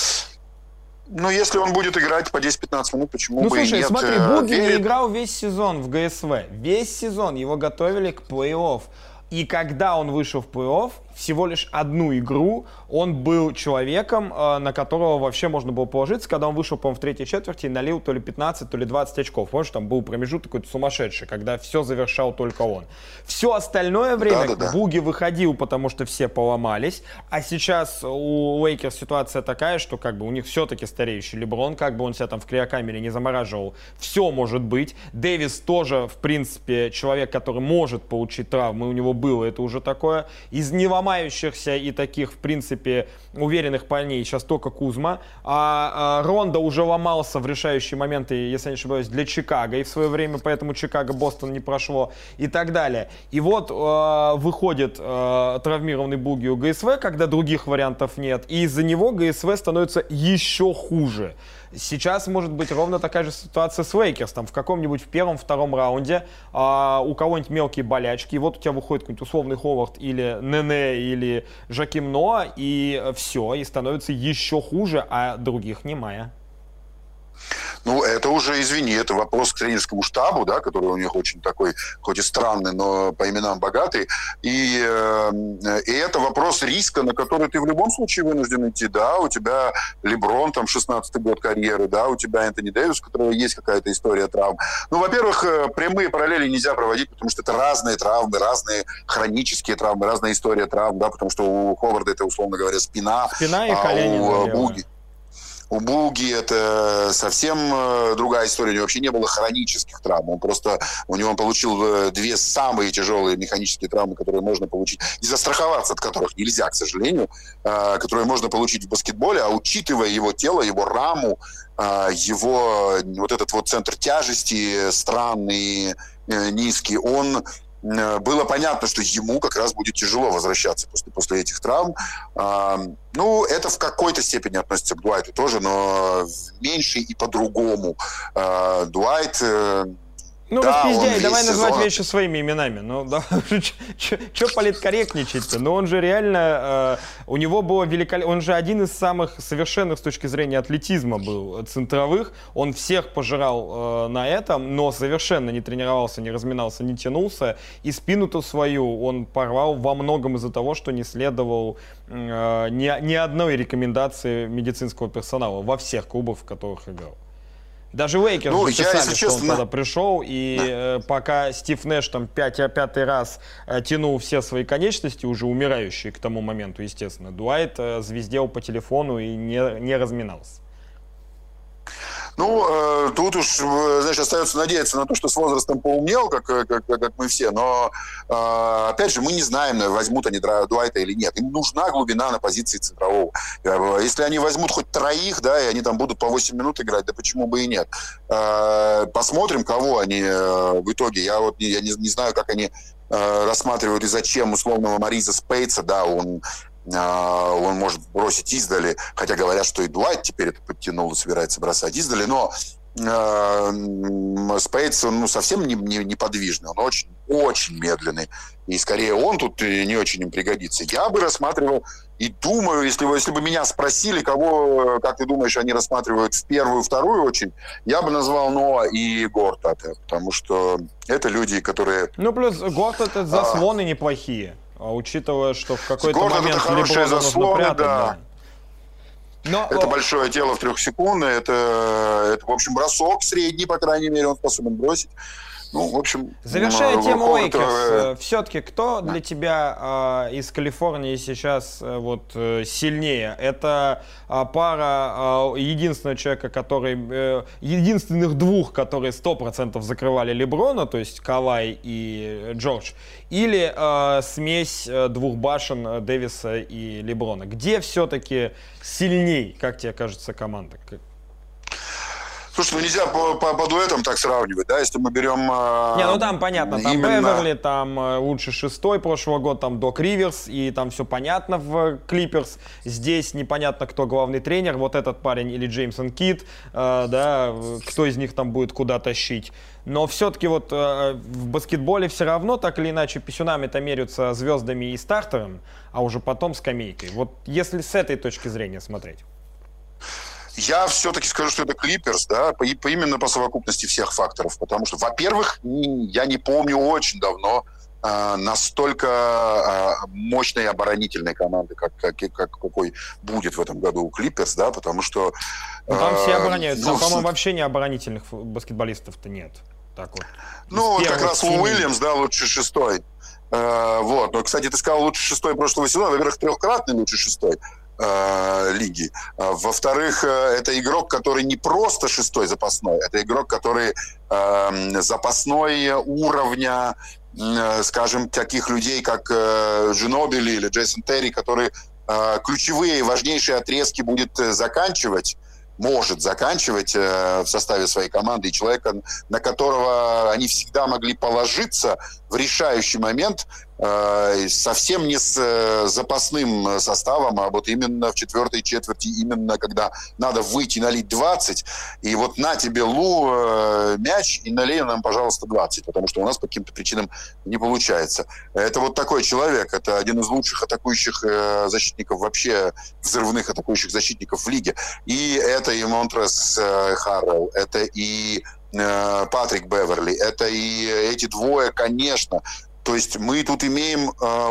Если он будет играть по 10-15 минут, почему бы и нет? Смотри, Буги не играл весь сезон в ГСВ. Весь сезон его готовили к плей-офф. И когда он вышел в плей-офф, всего лишь одну игру, он был человеком, на которого вообще можно было положиться, когда он вышел, по-моему, в третьей четверти и налил то ли 15, то ли 20 очков. Помнишь, там был промежуток какой-то сумасшедший, когда все завершал только он. Все остальное время Буги выходил, потому что все поломались, а сейчас у Лейкерс ситуация такая, что как бы у них все-таки стареющий Леброн, как бы он себя там в криокамере не замораживал, все может быть. Дэвис тоже, в принципе, человек, который может получить травмы, у него было это уже такое. Из невомающихся и таких, в принципе, уверенных парней сейчас только Кузма. А Рондо уже ломался в решающие моменты, если я не ошибаюсь, для Чикаго. И в свое время поэтому Чикаго-Бостон не прошло и так далее. И вот выходит травмированный Буги у ГСВ, когда других вариантов нет. И из-за него ГСВ становится еще хуже. Сейчас может быть ровно такая же ситуация с Лейкерс. Там в каком-нибудь в первом-втором раунде у кого-нибудь мелкие болячки, и вот у тебя выходит какой-нибудь условный Ховард или Нене, или Жаким Ноа, и все, и становится еще хуже, а других немая. Это уже, извини, это вопрос к тренерскому штабу, да, который у них очень такой, хоть и странный, но по именам богатый. И это вопрос риска, на который ты в любом случае вынужден идти. Да, у тебя Леброн, там, 16-й год карьеры, да, у тебя Энтони Дэвис, у которого есть какая-то история травм. Во-первых, прямые параллели нельзя проводить, потому что это разные травмы, разные хронические травмы, разная история травм, да, потому что у Ховарда это, условно говоря, спина и колени, у Буги. У Буги это совсем другая история. У него вообще не было хронических травм. У него получил 2 самые тяжелые механические травмы, которые можно получить, и застраховаться от которых нельзя, к сожалению, которые можно получить в баскетболе, а учитывая его тело, его раму, его вот этот вот центр тяжести странный, низкий, было понятно, что ему как раз будет тяжело возвращаться после этих травм. Это в какой-то степени относится к Дуайту тоже, но в меньшей и по-другому. Дуайт, Ну, Да, распиздяй, он давай весь назвать сезон- вещи своими именами. Ну, да, чё политкорректничать-то? Ну, он же реально, у него было великолепно, он же один из самых совершенных с точки зрения атлетизма был центровых. Он всех пожирал на этом, но совершенно не тренировался, не разминался, не тянулся. И спину-то свою он порвал во многом из-за того, что не следовал ни одной рекомендации медицинского персонала во всех клубах, в которых играл. Даже Лейкерс Ну, писали, если что он честно, тогда пришел, и пока Стив Нэш там пятый раз тянул все свои конечности, уже умирающие к тому моменту, естественно, Дуайт звездел по телефону и не разминался. Ну, тут уж, знаешь, остается надеяться на то, что с возрастом поумнел, как мы все, но, опять же, мы не знаем, возьмут они Дуайта или нет. Им нужна глубина на позиции центрового. Если они возьмут хоть троих, да, и они там будут по 8 минут играть, да почему бы и нет. Посмотрим, кого они в итоге. Я не знаю, как они рассматривают и зачем условного Мариза Спейтса, да, он может бросить издали, хотя говорят, что и Дуайт теперь это подтянул и собирается бросать издали, но Спейтс, он совсем неподвижный, он очень, очень медленный, и скорее он тут не очень им пригодится. Я бы рассматривал и думаю, если бы меня спросили, кого, как ты думаешь, они рассматривают в первую, вторую очередь, я бы назвал Ноа и Гортата, потому что это люди, которые... Ну, плюс Гортат — это заслоны неплохие. А учитывая, что в какой-то Гордон момент это хорошие заслоны, прятать, да. Но, это большое тело в 3 секунды, это, в общем, бросок средний, по крайней мере, он способен бросить. Ну, в общем... Завершая тему Лейкерс, все-таки кто для тебя из Калифорнии сейчас сильнее? Это пара единственного человека, единственных двух, которые 100% закрывали Леброна, то есть Кавай и Джордж, или смесь двух башен Дэвиса и Леброна? Где все-таки сильней, как тебе кажется, команда? Слушай, ну нельзя по дуэтам так сравнивать, да, если мы берем... Не, ну там понятно, там именно... Беверли, там лучше 6-й прошлого года, там Док Риверс, и там все понятно в Клиперс. Здесь непонятно, кто главный тренер, вот этот парень или Джеймсон Кид, да, кто из них там будет куда тащить. Но все-таки вот в баскетболе все равно так или иначе писюнами-то меряются звездами и стартером, а уже потом скамейкой. Вот если с этой точки зрения смотреть. Я все-таки скажу, что это Клиперс, да, именно по совокупности всех факторов. Потому что, во-первых, я не помню очень давно настолько мощной оборонительной команды, какой будет в этом году у Клиперс, да, потому что... Ну, там все обороняются. Там, по-моему, вообще не оборонительных баскетболистов-то нет. Так вот. Ну, как раз Лу Уильямс, да, лучший 6-й. Вот. Но, кстати, ты сказал, лучший 6-й прошлого сезона. Во-первых, 3-кратный лучший 6-й лиги. Во-вторых, это игрок, который не просто 6-й запасной, это игрок, который запасной уровня, скажем, таких людей, как Джинобили или Джейсон Терри, который ключевые, важнейшие отрезки будет может заканчивать в составе своей команды, и человека, на которого они всегда могли положиться в решающий момент, совсем не с запасным составом, а вот именно в 4-й четверти, именно когда надо выйти, налить 20, и вот на тебе, Лу, мяч, и налей нам, пожалуйста, 20, потому что у нас по каким-то причинам не получается. Это вот такой человек, это один из лучших атакующих защитников вообще, взрывных атакующих защитников в лиге. И это и Монтрез Харрелл, это и Патрик Беверли, это и эти двое, конечно. То есть мы тут имеем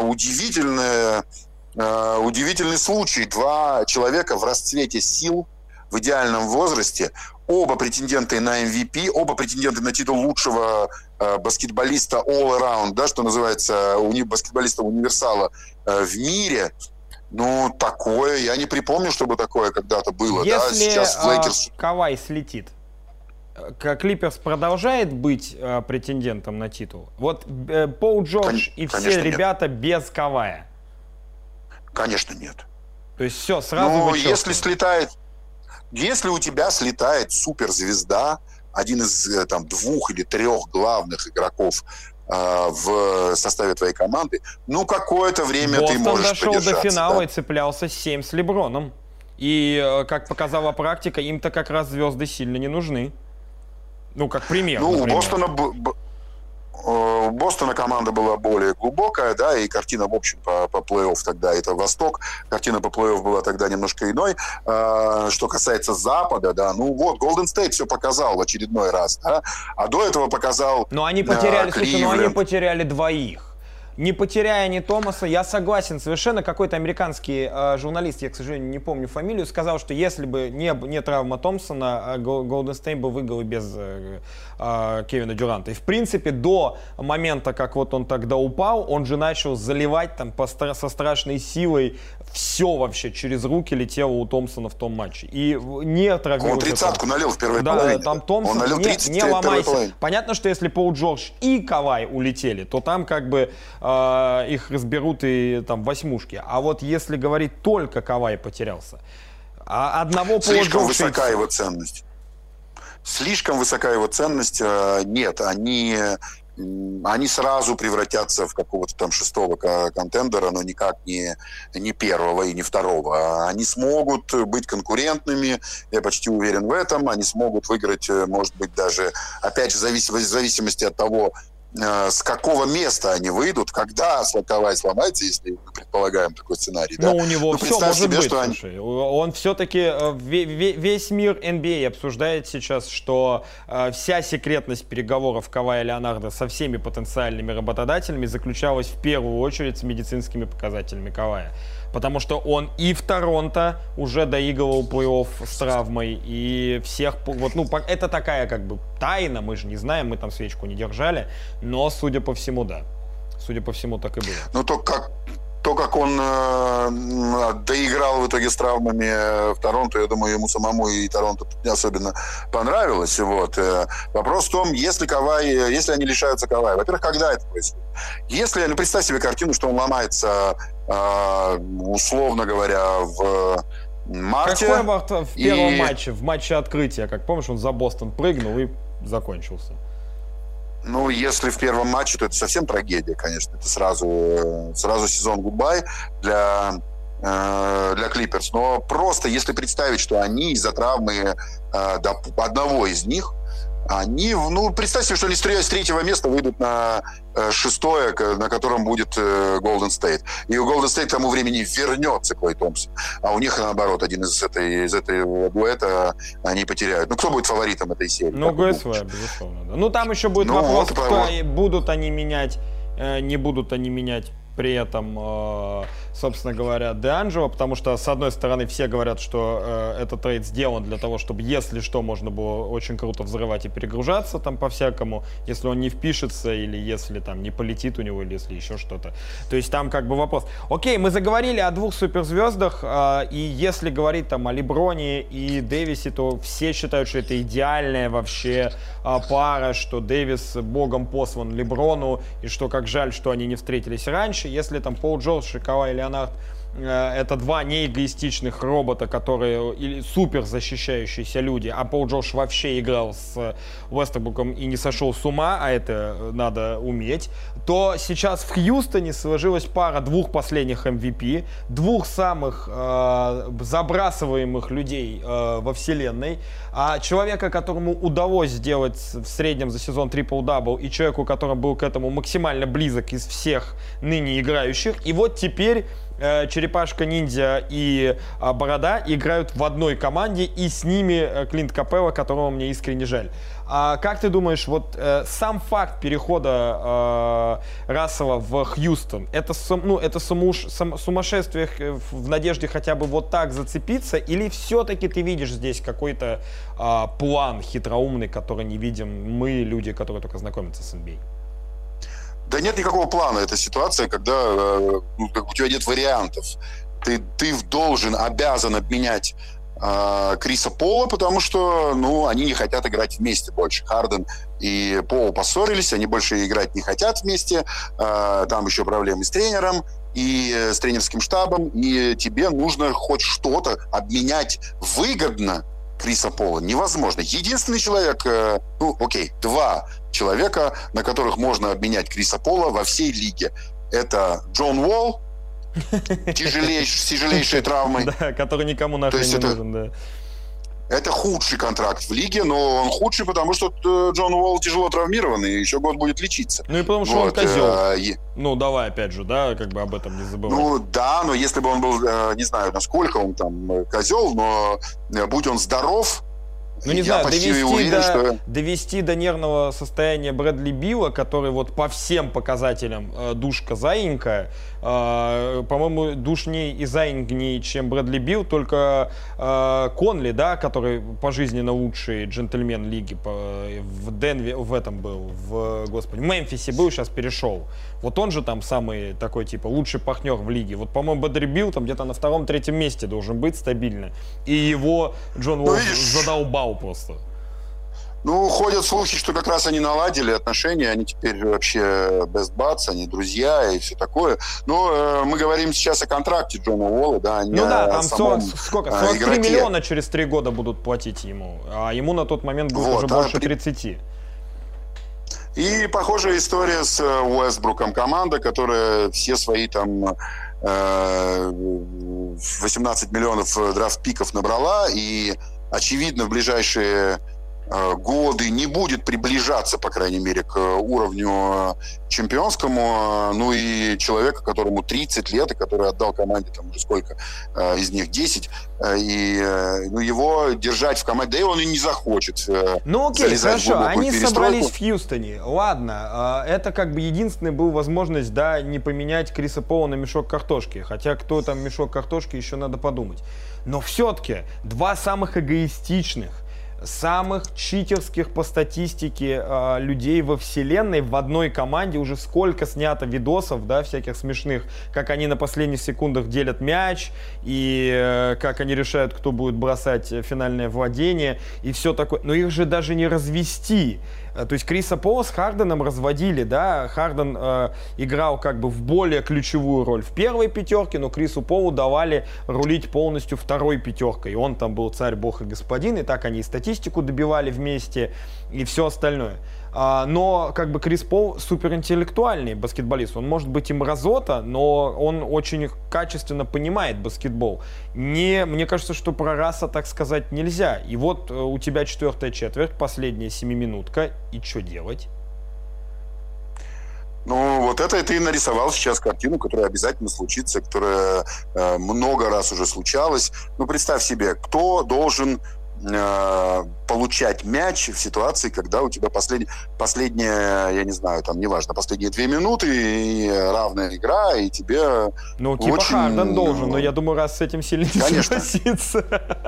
удивительный случай. Два человека в расцвете сил, в идеальном возрасте, оба претенденты на MVP, оба претенденты на титул лучшего баскетболиста all-around, да, что называется, баскетболиста-универсала в мире. Ну, такое, я не припомню, чтобы такое когда-то было. Если да? Сейчас Лейкерс... Кавай слетит, Клиперс продолжает быть претендентом на титул? Вот Пол Джордж и все ребята нет. Без Кавая. Конечно, нет. То есть все, сразу вычеркиваем. Если у тебя слетает суперзвезда, один из там 2 или 3 главных игроков в составе твоей команды, ну, какое-то время Бостон ты можешь дошел продержаться. До финала, да? И цеплялся 7 с Леброном. И, как показала практика, им-то как раз звезды сильно не нужны. Ну, как пример, Ну, например. у Бостона команда была более глубокая, да, и картина, в общем, по плей-офф тогда, это Восток, картина по плей-офф была тогда немножко иной. Что касается Запада, да, ну вот, Golden State все показал в очередной раз, да, а до этого показал Но они потеряли, слушай, Кливленд. они потеряли двоих. Не потеряя ни Томаса, я согласен совершенно. Какой-то американский журналист, я, к сожалению, не помню фамилию, сказал, что если бы не травма Томпсона, Голден Стейт бы выиграл и без Кевина Дюранта. И, в принципе, до момента, как вот он тогда упал, он же начал заливать там со страшной силой. Все вообще через руки летело у Томпсона в том матче. И не травмировался. Он 30-ку налил в первой да, половине. Там Томпсон, он налил 30 не ломайся. Понятно, что если Пол Джордж и Кавай улетели, то там как бы их разберут и там восьмушки. А вот если говорить только Кавай потерялся, одного Пола Слишком Джорджа... высока его ценность. Слишком высока его ценность. Нет, они сразу превратятся в какого-то там шестого контендера, но никак не первого и не второго. Они смогут быть конкурентными, я почти уверен в этом. Они смогут выиграть, может быть, даже, опять же, в зависимости от того, с какого места они выйдут, когда Кавай сломается, если мы предполагаем такой сценарий. Ну, да? у него все может себе, быть, что слушай. Он все-таки, весь мир NBA обсуждает сейчас, что вся секретность переговоров Кавая и Леонардо со всеми потенциальными работодателями заключалась в первую очередь с медицинскими показателями Кавая. Потому что он и в Торонто уже доигрывал плей-офф с травмой, и всех... Вот, ну, это такая как бы тайна, мы же не знаем, мы там свечку не держали, но, судя по всему, да. Судя по всему, так и было. Ну, то, как он доиграл в итоге с травмами в Торонто, я думаю, ему самому и Торонто не особенно понравилось. Вот. Вопрос в том, если они лишаются Кавая. Во-первых, когда это происходит? Если, представь себе картину, что он ломается, условно говоря, в марте. Как Хойбарт в первом матче, в матче открытия, как помнишь, он за Бостон прыгнул и закончился. Ну, если в первом матче, то это совсем трагедия, конечно. Это сразу сезон гудбай для Клиперс. Но просто если представить, что они из-за травмы одного из них, представь себе, что они с третьего места выйдут на шестое, на котором будет Golden State. И у Golden State к тому времени вернется Клей Томпсон. А у них, наоборот, один из этого дуэта они потеряют. Ну, кто будет фаворитом этой серии? Ну, ГСВ, безусловно. Да. Ну, там еще будет вопрос, будут они менять, не будут они менять при этом, собственно говоря, Деанджело, потому что, с одной стороны, все говорят, что этот трейд сделан для того, чтобы, если что, можно было очень круто взрывать и перегружаться там по-всякому, если он не впишется, или если там не полетит у него, или если еще что-то. То есть там как бы вопрос. Окей, мы заговорили о двух суперзвездах, и если говорить там о Леброне и Дэвисе, то все считают, что это идеальная вообще пара, что Дэвис богом послан Леброну, и что как жаль, что они не встретились раньше. Если там Пол Джордж и Кавай Леонард это два неэгоистичных робота, которые супер защищающиеся люди, а Пол Джордж вообще играл с Уэстербруком и не сошел с ума, а это надо уметь, то сейчас в Хьюстоне сложилась пара двух последних MVP, двух самых забрасываемых людей во вселенной, человека, которому удалось сделать в среднем за сезон трипл-дабл, и человеку, который был к этому максимально близок из всех ныне играющих. И вот теперь Черепашка-ниндзя и Борода играют в одной команде, и с ними Клинт Капелла, которого мне искренне жаль. Как ты думаешь, вот сам факт перехода Рассела в Хьюстон, это сумасшествие в надежде хотя бы вот так зацепиться, или все-таки ты видишь здесь какой-то план хитроумный, который не видим мы, люди, которые только знакомятся с NBA? Да нет никакого плана. Это ситуация, когда у тебя нет вариантов. Ты обязан обменять Криса Пола, потому что они не хотят играть вместе больше. Харден и Пол поссорились, они больше играть не хотят вместе. Там еще проблемы с тренером и с тренерским штабом. И тебе нужно хоть что-то обменять выгодно. Криса Пола невозможно. Единственный человек, два человека, на которых можно обменять Криса Пола во всей лиге. Это Джон Уолл, тяжелейшие травмы. Да, который никому нахрен не нужен, да. Это худший контракт в лиге, но он худший, потому что Джон Уолл тяжело травмирован, и еще год будет лечиться. Ну и потому что он козел. Ну, давай опять же, да, как бы об этом не забывать. Ну, да, но если бы он был, не знаю, насколько он там козел, но будь он здоров, ну, не знаю, довести до нервного состояния Брэдли Билла, который вот по всем показателям душка-заинька, по-моему, душнее и заингнее, чем Брэдли Билл, только Конли, да, который пожизненно лучший джентльмен лиги в Денвере, в этом был, в Мемфисе был, сейчас перешел. Вот он же там самый такой, типа, лучший партнер в лиге. Вот, по-моему, Брэдли Билл там где-то на 2-3 месте должен быть стабильно. И его Джон Уолл задолбал просто. Ну, ходят слухи, что как раз они наладили отношения, они теперь вообще best buds, они друзья и все такое. Но мы говорим сейчас о контракте Джона Уолла, да, не ну да, там самом, 43 миллиона через 3 года будут платить ему, а ему на тот момент будет вот, уже больше 30. И похожая история с Уэстбруком. Команда, которая все свои там 18 миллионов драфт-пиков набрала, и, очевидно, в ближайшие годы не будет приближаться, по крайней мере, к уровню чемпионскому. Ну и человека, которому 30 лет, и который отдал команде там уже сколько, из них 10, и ну, его держать в команде, да и он и не захочет. Ну окей, хорошо, они собрались в Хьюстоне, ладно, это как бы единственная была возможность, да, не поменять Криса Пола на мешок картошки, хотя кто там мешок картошки, еще надо подумать. Но все-таки два самых эгоистичных, самых читерских по статистике людей во вселенной в одной команде. Уже сколько снято видосов, да, всяких смешных, как они на последних секундах делят мяч, и как они решают, кто будет бросать финальное владение, и все такое. Но их же даже не развести. То есть Криса Пола с Харденом разводили, да, Харден играл как бы в более ключевую роль в первой пятерке, но Крису Полу давали рулить полностью второй пятеркой, и он там был царь, бог и господин, и так они и статистику добивали вместе, и все остальное. Но как бы Крис Пол суперинтеллектуальный баскетболист, он может быть и мразота, но он очень качественно понимает баскетбол. Мне кажется, что про Раса так сказать нельзя. И вот у тебя 4-я четверть, последняя 7-минутка, и что делать? Ну, вот это ты нарисовал сейчас картину, которая обязательно случится, которая много раз уже случалась. Ну, представь себе, кто должен получать мяч в ситуации, когда у тебя последняя, я не знаю, там, неважно, последние 2 минуты, и равная игра, и тебе ну, типа очень... Харден должен, но я думаю, раз с этим сильно не согласится.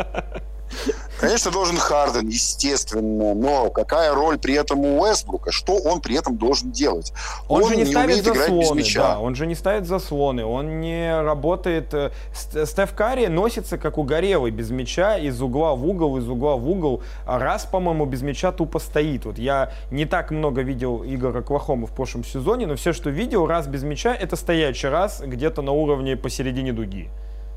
Конечно, должен Харден, естественно, но какая роль при этом у Уэстбрука? Что он при этом должен делать? Он же не ставит умеет играть без мяча. Да, он же не ставит заслоны, он не работает... Стеф Карри носится как угорелый, без мяча, из угла в угол, из угла в угол. А Раз, по-моему, без мяча тупо стоит. Вот я не так много видел игр Оклахомы в прошлом сезоне, но все, что видел, Раз без мяча, это стоячий Раз где-то на уровне посередине дуги.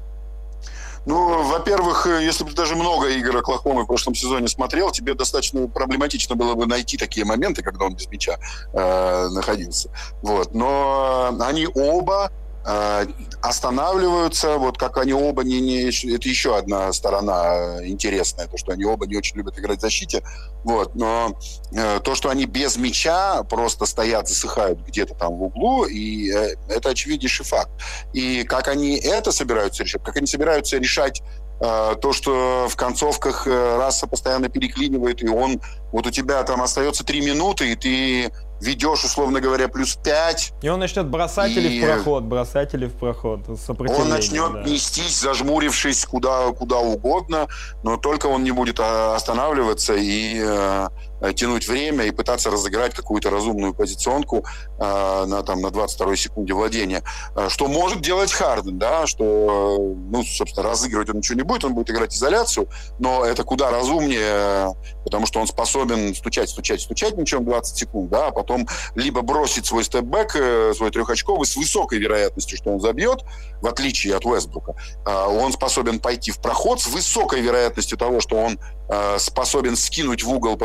Ну, во-первых, если бы ты даже много игр Оклахомы в прошлом сезоне смотрел, тебе достаточно проблематично было бы найти такие моменты, когда он без мяча находился. Вот. Но они оба останавливаются, вот как они оба это еще одна сторона интересная, то, что они оба не очень любят играть в защите, вот, но то, что они без мяча просто стоят, засыхают где-то там в углу, и это очевиднейший факт. И как они это собираются решать, как они собираются решать то, что в концовках Раса постоянно переклинивает, и он, вот у тебя там остается 3 минуты, и ты ведешь, условно говоря, +5. И он начнет бросать или в проход, сопротивление. Он начнет нестись, зажмурившись куда угодно, но только он не будет останавливаться и тянуть время и пытаться разыграть какую-то разумную позиционку на 22-й секунде владения. Что может делать Харден, да, что, ну, собственно, разыгрывать он ничего не будет, он будет играть изоляцию, но это куда разумнее, потому что он способен стучать мячом 20 секунд, да, а потом либо бросить свой степ-бэк, свой трехочковый с высокой вероятностью, что он забьет, в отличие от Уэстбрука. Он способен пойти в проход с высокой вероятностью того, что он способен скинуть в угол под бросающего,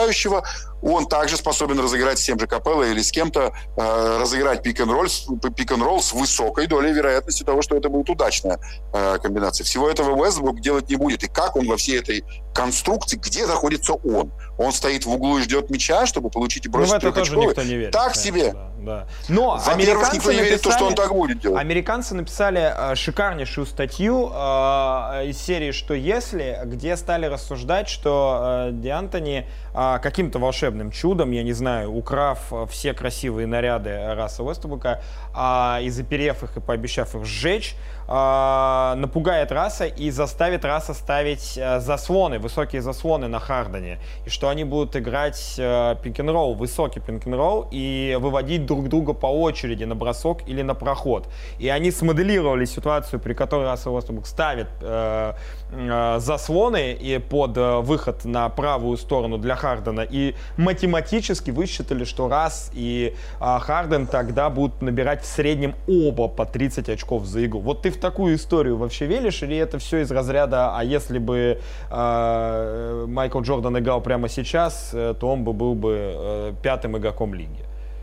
нападающего, он также способен разыграть с тем же Капелло или с кем-то, разыграть пик-н-ролл с высокой долей вероятности того, что это будет удачная комбинация. Всего этого Уэстбрук делать не будет. И как он во всей этой конструкции, где находится он? Он стоит в углу и ждет мяча, чтобы получить и бросить трехочковый? В это тоже никто не верит. Так себе. Да. Но во-первых, никто не верит в то, что он так будет делать. Американцы написали шикарнейшую статью из серии «Что если?», где стали рассуждать, что Д'Антони каким-то волшебным чудом, я не знаю, украв все красивые наряды Расса Уэстбрука и заперев их и пообещав их сжечь, напугает Расса и заставит Расса ставить заслоны, высокие заслоны на Хардене. И что они будут играть пик-н-ролл, высокий пик-н-ролл, и выводить друг друга по очереди на бросок или на проход. И они смоделировали ситуацию, при которой Рассел Уэстбрук ставит заслоны и под выход на правую сторону для Хардена, и математически высчитали, что Расс и Харден тогда будут набирать в среднем оба по 30 очков за игру. Вот ты в такую историю вообще веришь, или это все из разряда, а если бы Майкл Джордан играл прямо сейчас, то он бы был бы пятым игроком лиги?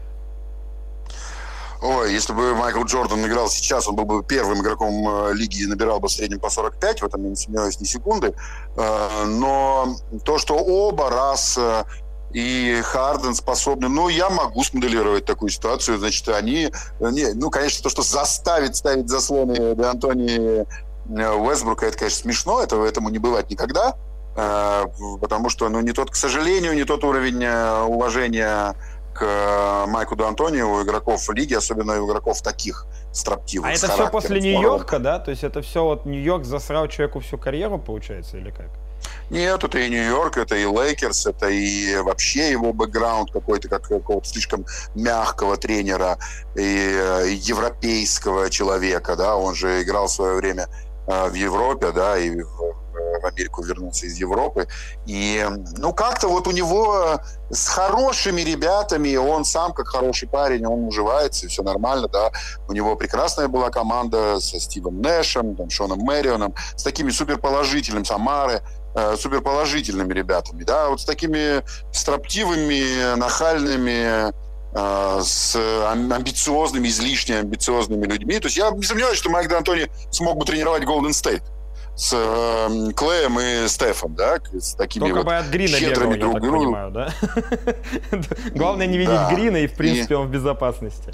Ой, если бы Майкл Джордан играл сейчас, он был бы первым игроком лиги и набирал бы в среднем по 45, в этом я не сомневаюсь ни секунды. Но то, что оба, Расс и Харден способны, я могу смоделировать такую ситуацию, значит, они, конечно, то, что заставит ставить заслоны Д'Антони Уэстбрука, это, конечно, смешно, этому не бывает никогда, потому что, к сожалению, не тот уровень уважения к Майку Д'Антони у игроков лиги, особенно у игроков таких строптивых. А это все после Нью-Йорка, да? То есть это все вот Нью-Йорк засрал человеку всю карьеру, получается, или как? Нет, это и Нью-Йорк, это и Лейкерс, это и вообще его бэкграунд какой-то, как какого-то слишком мягкого тренера и европейского человека, да, он же играл в свое время в Европе, да, и в Америку вернулся из Европы. И, как-то вот у него с хорошими ребятами, он сам как хороший парень, он уживается, и все нормально, да. У него прекрасная была команда со Стивом Нэшем, Шоном Мэрионом, с такими суперположительными, Самары, суперположительными ребятами, да, вот с такими строптивыми, нахальными, с амбициозными, излишне амбициозными людьми. То есть я не сомневаюсь, что Майк Д'Антони смог бы тренировать Голден Стейт с Клеем и Стефом, да, с такими только вот бы от Грина щедрыми бегал, друг я так понимаю, да? Главное не видеть Грина, и в принципе он в безопасности.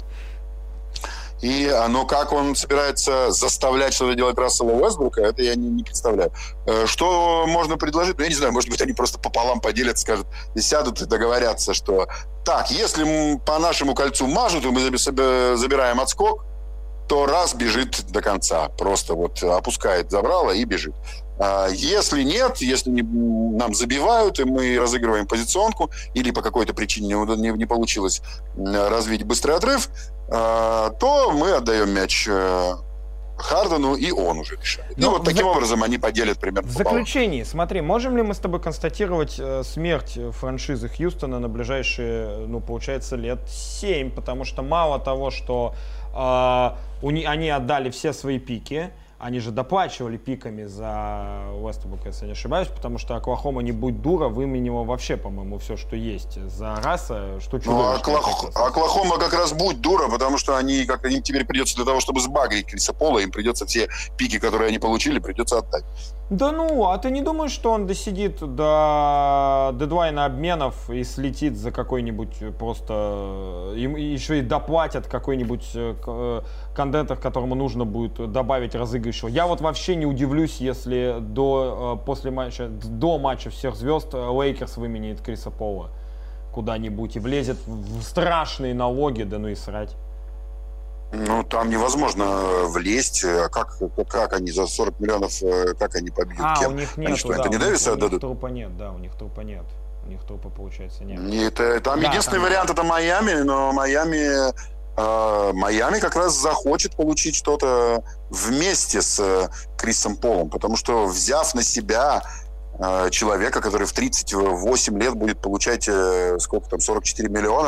Но как он собирается заставлять что-то делать Рассела Уэстбрука, это я не представляю. Что можно предложить? Я не знаю, может быть, они просто пополам поделятся, скажут, и сядут и договорятся, что так, если по нашему кольцу мажут, и мы забираем отскок, то Расс бежит до конца. Просто вот опускает забрало и бежит. Если нет, если нам забивают, и мы разыгрываем позиционку, или по какой-то причине не получилось развить быстрый отрыв, то мы отдаем мяч Хардену, и он уже решает. И вот таким образом они поделят примерно. В заключении, смотри, можем ли мы с тобой констатировать смерть франшизы Хьюстона на ближайшие, получается, лет 7, потому что мало того, что они отдали все свои пики, они же доплачивали пиками за Уэстбрука, если не ошибаюсь, потому что Оклахома, не будь дура, выменила вообще, по-моему, все, что есть за Расса, что чудовищно. Оклахома как раз будь дура, потому что им теперь придется для того, чтобы сбагрить Криса Пола, им придется все пики, которые они получили, придется отдать. Да а ты не думаешь, что он досидит до дедлайна обменов и слетит за какой-нибудь просто... Им еще и доплатят какой-нибудь контентер, которому нужно будет добавить разыгрышего. Я вот вообще не удивлюсь, если до матча всех звезд Лейкерс выменяет Криса Пола куда-нибудь и влезет в страшные налоги, и срать. Там невозможно влезть. А как они за 40 миллионов, как они побьют? Кем? У них нет, они что, Энтони Дэвиса отдадут? Трупа нет, да, у них трупа нет. У них трупа, получается, нет. Единственный вариант это Майами, но Майами как раз захочет получить что-то вместе с Крисом Полом, потому что, взяв на себя человека, который в 38 лет будет получать 44 миллиона,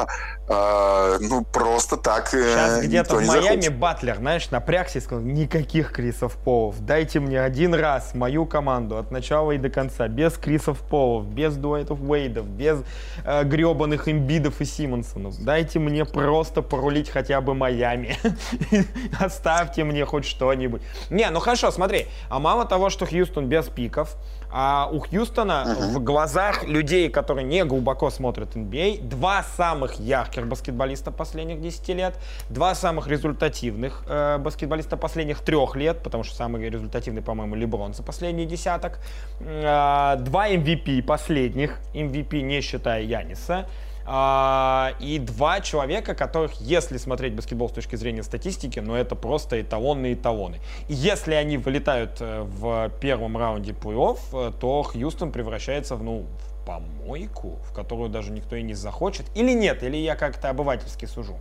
ну, просто так Сейчас где-то никто в не Майами захочет. Батлер, знаешь, напрягся и сказал: никаких Крисов Полов. Дайте мне один раз мою команду от начала и до конца. Без Крисов Полов, без Дуайтов Уэйдов, без гребаных Эмбидов и Симмонсонов. Дайте мне просто порулить хотя бы Майами. Оставьте мне хоть что-нибудь. Не, ну хорошо, смотри. А мало того, что Хьюстон без пиков, а у Хьюстона в глазах людей, которые не глубоко смотрят NBA, два самых ярких баскетболиста последних 10 лет, два самых результативных баскетболиста последних 3 лет, потому что самый результативный, по-моему, Леброн за последний десяток, два MVP последних, MVP не считая Яниса, и два человека, которых, если смотреть баскетбол с точки зрения статистики, ну это просто эталонные эталоны. И если они вылетают в первом раунде плей-офф, то Хьюстон превращается в помойку, в которую даже никто и не захочет. Или нет, или я как-то обывательски сужу.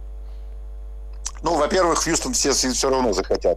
Ну, во-первых, в Хьюстон все равно захотят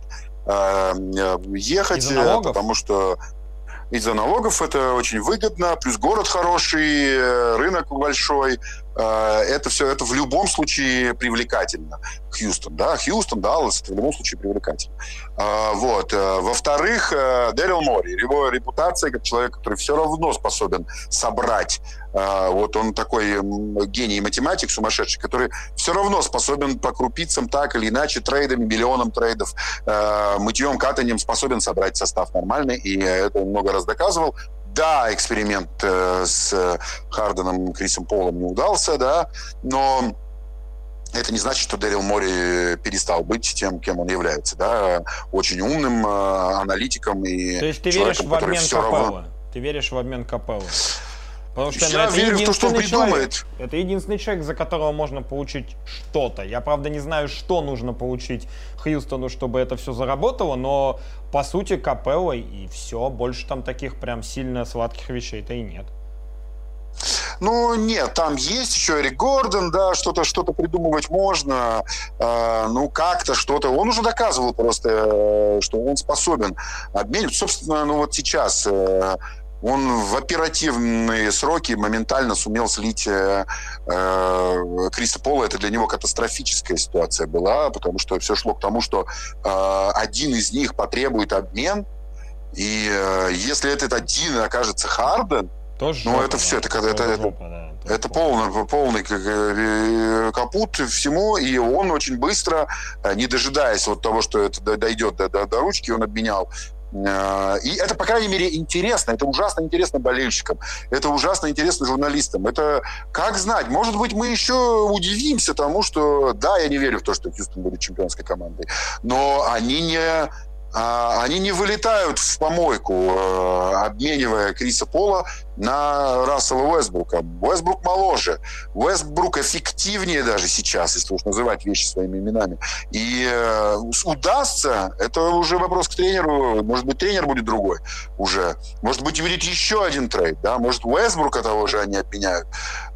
ехать, потому что из-за налогов это очень выгодно, плюс город хороший, рынок большой. Это все, это в любом случае привлекательно. Хьюстон, Даллас, это в любом случае привлекательно. Вот. Во-вторых, Дэрил Мори, его репутация как человек, который все равно способен собрать. Вот он такой гений математик сумасшедший, который все равно способен по крупицам так или иначе, трейдами, миллионом трейдов, мытьем, катанием способен собрать состав нормальный, и это он много раз доказывал. Да, эксперимент с Харденом, Крисом Полом не удался, да, но это не значит, что Дэрил Мори перестал быть тем, кем он является, да, очень умным аналитиком и то есть ты веришь в обмен Капелло? Ты веришь в обмен Капелло? Потому что я верю в то, что он придумает. Это единственный человек, за которого можно получить что-то. Я, правда, не знаю, что нужно получить Хьюстону, чтобы это все заработало, но, по сути, Капелло и все. Больше там таких прям сильно сладких вещей-то и нет. Ну, нет, там есть еще Эрик Гордон, да, что-то придумывать можно, ну, как-то что-то. Он уже доказывал просто, что он способен обменивать. Собственно, ну, вот сейчас... Он в оперативные сроки моментально сумел слить Криса Пола. Это для него катастрофическая ситуация была, потому что все шло к тому, что один из них потребует обмен, и если этот один окажется Харден, тоже ну, это все, это полный капут всему, и он очень быстро, не дожидаясь вот того, что это дойдет до ручки, он обменял. И это, по крайней мере, интересно. Это ужасно интересно болельщикам. Это ужасно интересно журналистам. Это, как знать, может быть, мы еще удивимся тому, что, да, я не верю в то, что Хьюстон будет чемпионской командой, но они не вылетают в помойку, обменивая Криса Пола на Рассела Уэстбрука. Уэстбрук моложе. Уэстбрук эффективнее даже сейчас, если уж называть вещи своими именами. И удастся, это уже вопрос к тренеру. Может быть, тренер будет другой уже. Может быть, будет еще один трейд. Да? Может, Уэстбрука того же они обменяют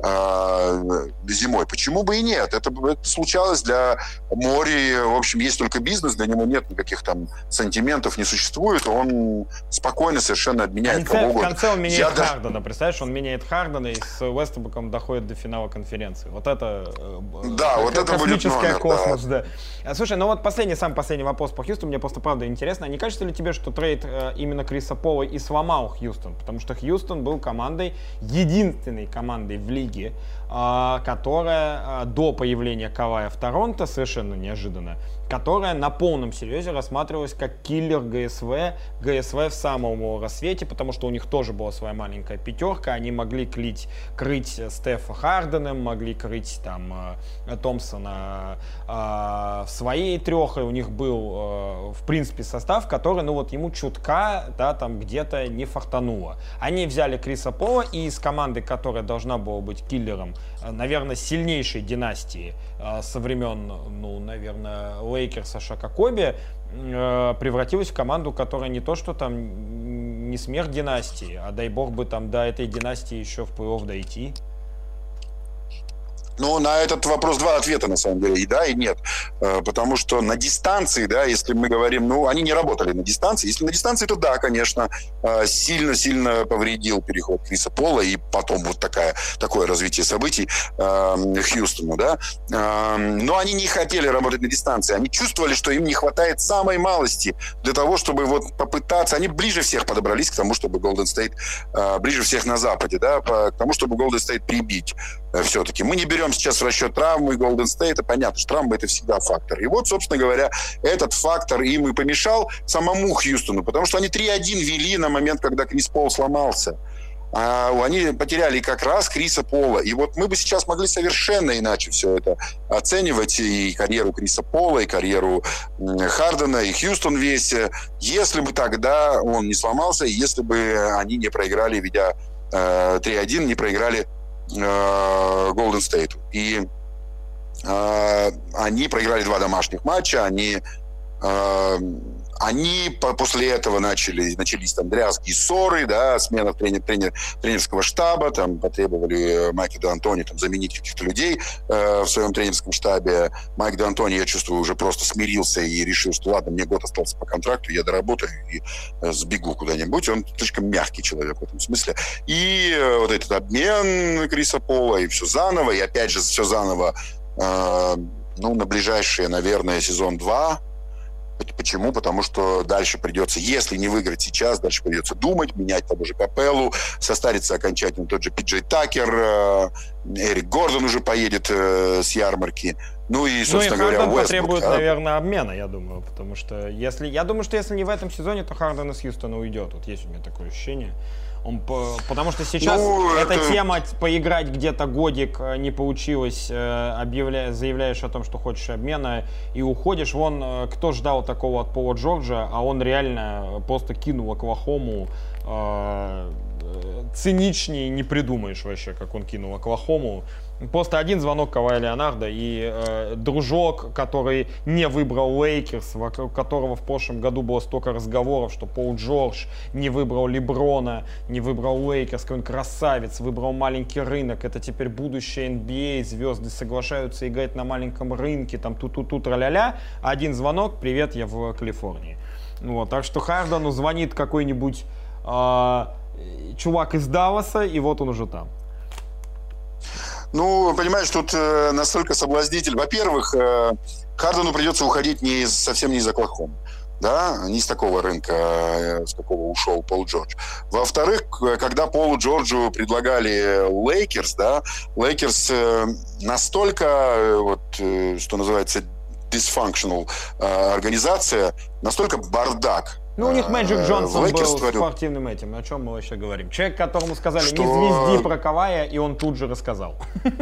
зимой. Почему бы и нет? Это случалось для Мори. В общем, есть только бизнес, для него нет никаких там сантиментов, не существует. Он спокойно совершенно обменяет кого угодно. В конце он меняет Хардена. Представляешь, он меняет Хардена и с Уэстбруком доходит до финала конференции. Вот это, да, вот это космическая космос, да. Слушай, ну вот самый последний вопрос по Хьюстону. Мне просто правда интересно. А не кажется ли тебе, что трейд именно Криса Пола и сломал Хьюстон? Потому что Хьюстон был единственной командой в лиге, которая до появления Кавая в Торонто, совершенно неожиданно, которая на полном серьезе рассматривалась как киллер ГСВ в самом рассвете, потому что у них тоже была своя маленькая пятерка, они могли крыть Стефа Харденом, могли крыть там Томпсона своей трехой, у них был в принципе состав, который, ну вот ему чутка, да, там где-то не фартануло. Они взяли Криса Пола, и из команды, которая должна была быть киллером, наверное, сильнейшей династии со времен, ну, наверное, Лейкерса, Шака Коби, превратилась в команду, которая не то, что там не смерть династии, а дай бог бы там до этой династии еще в плей-офф дойти. Ну, на этот вопрос два ответа, на самом деле, и да, и нет. Потому что на дистанции, да, если мы говорим, ну, они не работали на дистанции. Если на дистанции, то да, конечно, сильно-сильно повредил переход Криса Пола и потом вот такое развитие событий Хьюстону, да. Но они не хотели работать на дистанции. Они чувствовали, что им не хватает самой малости для того, чтобы вот попытаться... Они ближе всех подобрались к тому, чтобы Golden State, ближе всех на Западе, да, к тому, чтобы Golden State прибить все-таки. Мы не берем сейчас в расчет травмы Golden State, понятно, что травмы — это всегда фактор. И вот, собственно говоря, этот фактор им и помешал самому Хьюстону, потому что они 3-1 вели на момент, когда Крис Пол сломался. Они потеряли как раз Криса Пола. И вот мы бы сейчас могли совершенно иначе все это оценивать, и карьеру Криса Пола, и карьеру Хардена, и Хьюстон весь, если бы тогда он не сломался, если бы они не проиграли, ведя 3-1, не проиграли Golden State. И они проиграли 2 домашних матча, они после этого начались там дрязги и ссоры, да, смена тренерского штаба, там потребовали Майка Д'Антони там заменить каких-то людей в своем тренерском штабе. Майк Д'Антони, я чувствую, уже просто смирился и решил, что ладно, мне год остался по контракту, я доработаю и сбегу куда-нибудь. Он слишком мягкий человек в этом смысле. И вот этот обмен Криса Пола, и все заново, и опять же все заново, на ближайшие, наверное, сезон 2. Почему? Потому что дальше придется, если не выиграть сейчас, дальше придется думать, менять того же Капеллу, состарится окончательно тот же Пи-Джей Такер, Эрик Гордон уже поедет с ярмарки. Ну и, собственно говоря, Харден потребует, наверное, обмена, я думаю. Потому что если не в этом сезоне, то Харден из Хьюстона уйдет. Вот есть у меня такое ощущение. Потому что сейчас эта тема поиграть где-то годик не получилось, заявляешь о том, что хочешь обмена и уходишь. Вон, кто ждал такого от Пола Джорджа, а он реально просто кинул Оклахому. Циничнее не придумаешь вообще, как он кинул Оклахому. Просто один звонок Кавая Леонардо и дружок, который не выбрал Лейкерс, вокруг которого в прошлом году было столько разговоров, что Пол Джордж не выбрал Леброна, не выбрал Лейкерс, какой он красавец, выбрал маленький рынок, это теперь будущее NBA, звезды соглашаются играть на маленьком рынке, там тут тра-ля-ля. Один звонок, привет, я в Калифорнии. Вот, так что Хардену звонит какой-нибудь чувак из Далласа, и вот он уже там. Ну, понимаешь, тут настолько соблазнитель. Во-первых, Хардену придется уходить совсем не из Оклахомы. Да, не с такого рынка, с какого ушел Пол Джордж. Во-вторых, когда Полу Джорджу предлагали Лейкерс, да, Лейкерс настолько, что называется, dysfunctional организация, настолько бардак. Ну, у них Мэджик Джонсон был спортивным этим. О чем мы вообще говорим? Человек, которому сказали, не звезди про Кавая, и он тут же рассказал.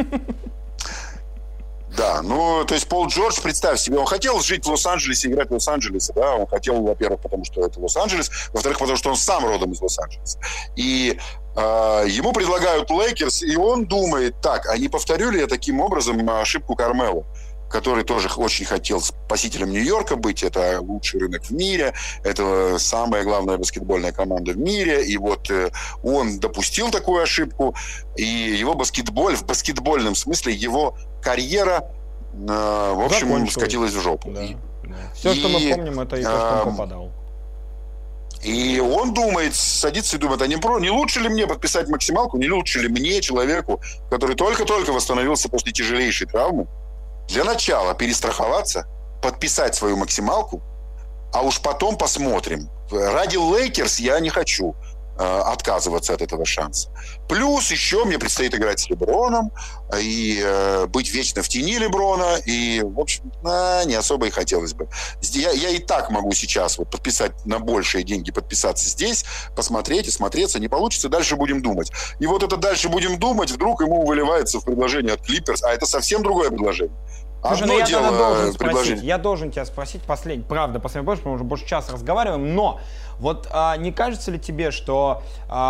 Да, то есть Пол Джордж, представь себе, он хотел жить в Лос-Анджелесе, играть в Лос-Анджелесе, да, он хотел, во-первых, потому что это Лос-Анджелес, во-вторых, потому что он сам родом из Лос-Анджелеса. И ему предлагают Лейкерс, и он думает, так, а не повторю ли я таким образом ошибку Кармело, который тоже очень хотел спасителем Нью-Йорка быть. Это лучший рынок в мире, это самая главная баскетбольная команда в мире. И вот он допустил такую ошибку, и его в баскетбольном смысле, его карьера, в общем, скатилась в жопу. Да, да. Все, что мы помним, это и то, что он попадал. И он думает, садится и думает, не лучше ли мне подписать максималку, не лучше ли мне, человеку, который только-только восстановился после тяжелейшей травмы, для начала перестраховаться, подписать свою максималку, а уж потом посмотрим. Ради Лейкерс я не хочу отказываться от этого шанса. Плюс еще мне предстоит играть с Леброном и быть вечно в тени Леброна, и, в общем, не особо и хотелось бы. Я и так могу сейчас подписать на большие деньги, подписаться здесь, посмотреть и смотреться. Не получится, дальше будем думать. И вот это дальше будем думать, вдруг ему выливается в предложение от Клиперс, а это совсем другое предложение. Слушай, Одно ну я дело тогда должен спросить, предложение. я должен тебя спросить, правда, последний больше, мы уже больше часа разговариваем, но вот не кажется ли тебе, что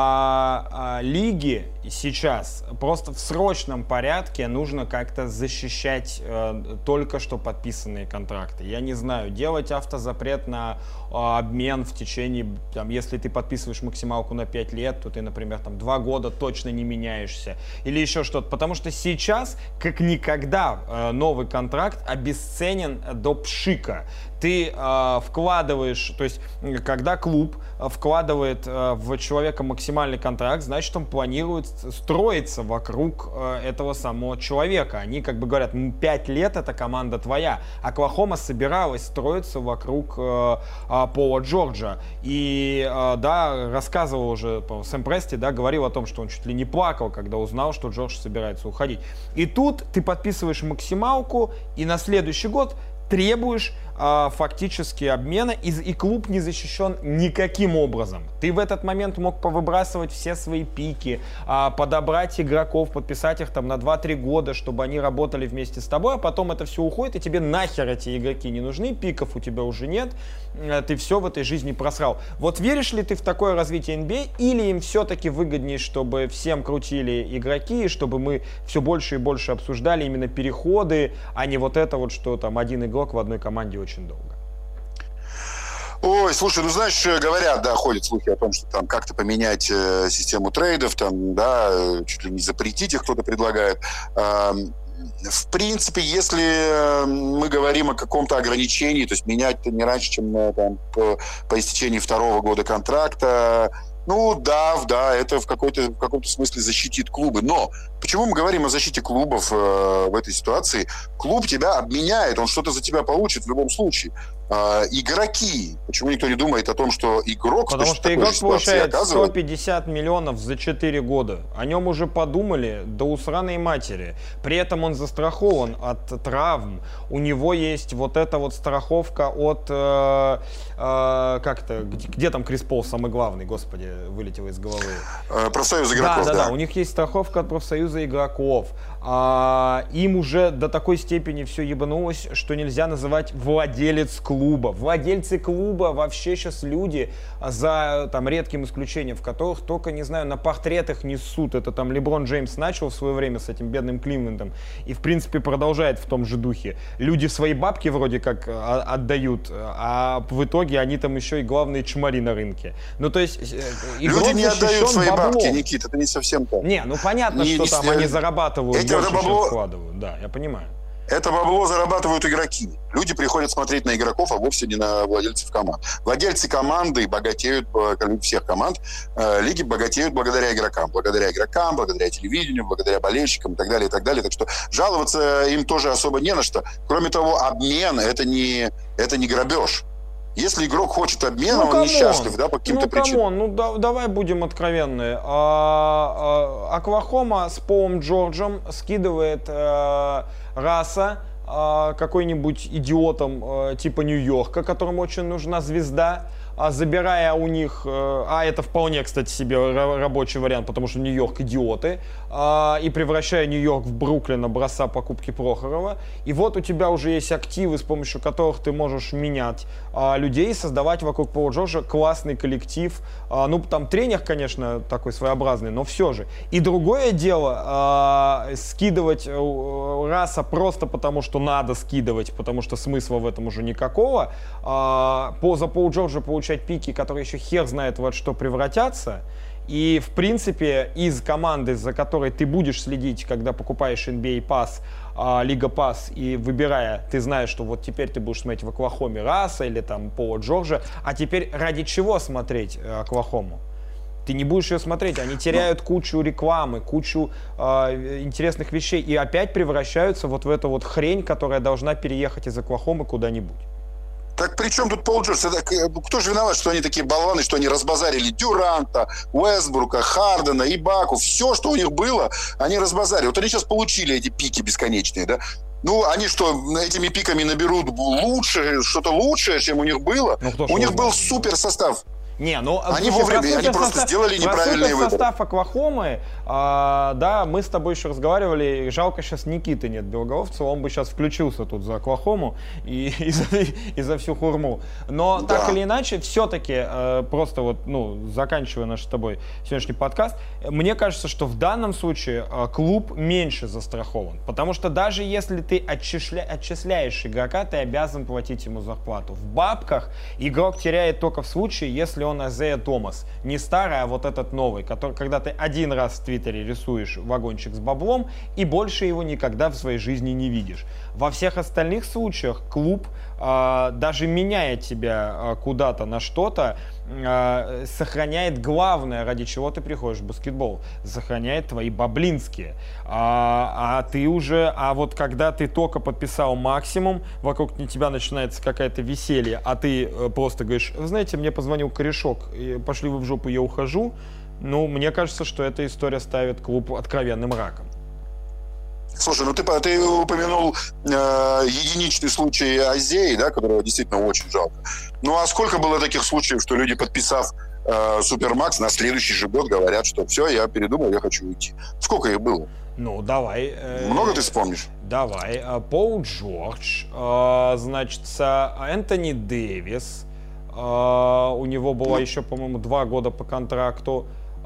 лиги сейчас просто в срочном порядке нужно как-то защищать только что подписанные контракты? Я не знаю, делать автозапрет на обмен в течение, там, если ты подписываешь максималку на 5 лет, то ты, например, там 2 года точно не меняешься или еще что-то, потому что сейчас, как никогда, новый контракт обесценен до пшика. Ты вкладываешь, то есть когда клуб вкладывает в человека максимальный контракт, значит, он планирует строиться вокруг этого самого человека. Они как бы говорят, 5 лет эта команда твоя. Оклахома собиралась строиться вокруг Пола Джорджа. И да, рассказывал уже Сэм Прести, да, говорил о том, что он чуть ли не плакал, когда узнал, что Джордж собирается уходить. И тут ты подписываешь максималку, и на следующий год требуешь фактически обмена, и клуб не защищен никаким образом. Ты в этот момент мог повыбрасывать все свои пики, подобрать игроков, подписать их там на 2-3 года, чтобы они работали вместе с тобой, а потом это все уходит, и тебе нахер эти игроки не нужны, пиков у тебя уже нет, ты все в этой жизни просрал. Вот веришь ли ты в такое развитие NBA, или им все-таки выгоднее, чтобы всем крутили игроки, чтобы мы все больше и больше обсуждали именно переходы, а не вот это вот, что там один игрок в одной команде очень долго? Ой, слушай, ну знаешь, говорят, да, ходят слухи о том, что там как-то поменять систему трейдов, там, да, чуть ли не запретить их кто-то предлагает. В принципе, если мы говорим о каком-то ограничении, то есть менять-то не раньше, чем там, по истечении 2-го года контракта, ну да, это в каком-то смысле защитит клубы. Но почему мы говорим о защите клубов в этой ситуации? Клуб тебя обменяет, он что-то за тебя получит в любом случае. Игроки. Почему никто не думает о том, что игрок... Потому что игрок получает 150 миллионов за 4 года. О нем уже подумали до усраной матери. При этом он застрахован от травм. У него есть вот эта вот страховка от... как-то... Где там Крис Пол самый главный, господи, вылетело из головы? Профсоюз игроков, да. У них есть страховка от профсоюза игроков. Им уже до такой степени все ебанулось, что нельзя называть владелец клуба. Владельцы клуба вообще сейчас люди, за там редким исключением, в которых только, не знаю, на портретах несут. Это там Леброн Джеймс начал в свое время с этим бедным Кливлендом и, в принципе, продолжает в том же духе. Люди свои бабки вроде как отдают, а в итоге они там еще и главные чмари на рынке. Ну, то есть, люди не отдают свои баблом. бабки, Никита, это не совсем так. Не, ну понятно, что там они зарабатывают больше, чем вкладывают. Да, я понимаю. Это бабло зарабатывают игроки. Люди приходят смотреть на игроков, а вовсе не на владельцев команд. Владельцы команды богатеют, всех команд, лиги богатеют благодаря игрокам, благодаря телевидению, благодаря болельщикам и так далее, и так далее. Так что жаловаться им тоже особо не на что. Кроме того, обмен — это не грабеж. Если игрок хочет обмена, он несчастлив, да, по каким-то причинам. Давай будем откровенны. Оклахома с Полом Джорджем скидывает Раса какой-нибудь идиотом типа Нью-Йорка, которому очень нужна звезда, забирая у них, это вполне, кстати, себе рабочий вариант, потому что Нью-Йорк идиоты, и превращая Нью-Йорк в Бруклин, образца покупки Прохорова. И вот у тебя уже есть активы, с помощью которых ты можешь менять людей, создавать вокруг Пола Джорджа классный коллектив. Ну, там тренер, конечно, такой своеобразный, но все же. И другое дело, скидывать Раса просто потому, что надо скидывать, потому что смысла в этом уже никакого. За Пола Джорджа получать пики, которые еще хер знает во что превратятся. И, в принципе, из команды, за которой ты будешь следить, когда покупаешь NBA Pass, Лига Pass, и выбирая, ты знаешь, что вот теперь ты будешь смотреть в Оклахоме Раса или там Пола Джорджа, а теперь ради чего смотреть Оклахому? Ты не будешь ее смотреть, они теряют кучу рекламы, кучу интересных вещей и опять превращаются вот в эту вот хрень, которая должна переехать из Оклахомы куда-нибудь. Так при чем тут Пол Джордж? Кто же виноват, что они такие болваны, что они разбазарили Дюранта, Уэстбрука, Хардена, Ибаку, все, что у них было, они разбазарили. Вот они сейчас получили эти пики бесконечные, да? Ну, они что, этими пиками наберут что-то лучшее, чем у них было? У них был супер состав. Не, ну, они вовремя, они просто сделали неправильные выборы. Состав Оклахомы, да, мы с тобой еще разговаривали, жалко сейчас Никиты нет, Белоголовцева, он бы сейчас включился тут за Оклахому и за всю хурму. Но да. Так или иначе, все-таки, просто вот, ну, заканчивая наш с тобой сегодняшний подкаст, мне кажется, что в данном случае клуб меньше застрахован, потому что даже если ты отчисляешь игрока, ты обязан платить ему зарплату. В бабках игрок теряет только в случае, если он Азея Томас. Не старый, а вот этот новый, который, когда ты один раз в Твиттере рисуешь вагончик с баблом и больше его никогда в своей жизни не видишь. Во всех остальных случаях клуб, даже меняя тебя куда-то на что-то, сохраняет главное, ради чего ты приходишь в баскетбол. Сохраняет твои баблинские. А вот когда ты только подписал максимум, вокруг тебя начинается какая-то веселье, а ты просто говоришь, вы знаете, мне позвонил корешок, пошли вы в жопу, я ухожу. Ну, мне кажется, что эта история ставит клуб откровенным раком. Слушай, ну ты упомянул единичный случай Азеи, да, которого действительно очень жалко. Ну а сколько было таких случаев, что люди, подписав Супермакс, на следующий же год говорят, что все, я передумал, я хочу уйти. Сколько их было? Ну, давай. Много ты вспомнишь? Давай. Пол Джордж, значит, Энтони Дэвис. У него было еще, по-моему, 2 года по контракту.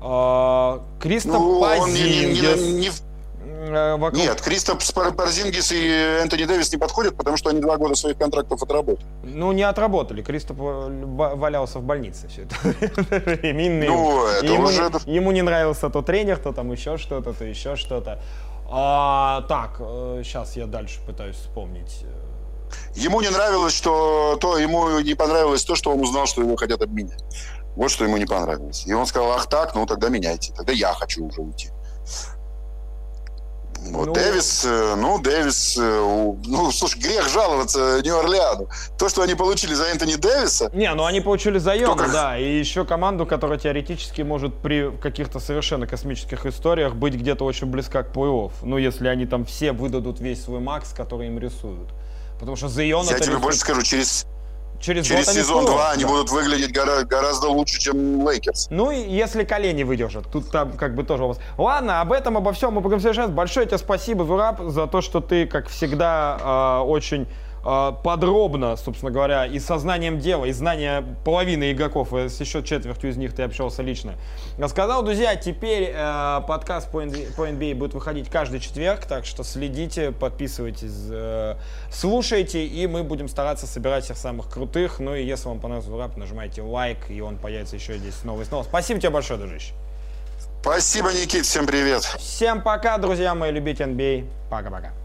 Кристоф Пазингис. Нет, Кристоф Порзингис и Энтони Дэвис не подходят, потому что они 2 года своих контрактов отработали. Ну, не отработали. Кристоф валялся в больнице все это время. Ему не нравился то тренер, то там еще что-то, то еще что-то. Так, сейчас я дальше пытаюсь вспомнить. Ему не нравилось, ему не понравилось то, что он узнал, что его хотят обменять. Вот что ему не понравилось. И он сказал, ах так, ну тогда меняйте, тогда я хочу уже уйти. Вот. Дэвис, слушай, грех жаловаться Нью-Орлеану. То, что они получили за Энтони Дэвиса... Не, ну они получили заемы, да, и еще команду, которая теоретически может при каких-то совершенно космических историях быть где-то очень близка к плей-офф. Ну, если они там все выдадут весь свой макс, который им рисуют. Потому что Зайон... Я тебе больше скажу, через сезон 2 они будут выглядеть гораздо лучше, чем Лейкерс. Ну, и если колени выдержат. Тут там как бы тоже вопрос. Ладно, обо всем мы поговорим в следующий раз. Большое тебе спасибо, Зураб, за то, что ты, как всегда, очень подробно, собственно говоря, и сознанием дела, и знания половины игроков, и с еще четвертью из них ты общался лично, рассказал. Друзья, теперь подкаст по NBA будет выходить каждый четверг, так что следите, подписывайтесь, слушайте, и мы будем стараться собирать всех самых крутых. Ну и если вам понравился Зураб, нажимайте лайк, и он появится еще здесь снова и снова. Спасибо тебе большое, дружище. Спасибо, Никит, всем привет. Всем пока, друзья мои, любите NBA. Пока-пока.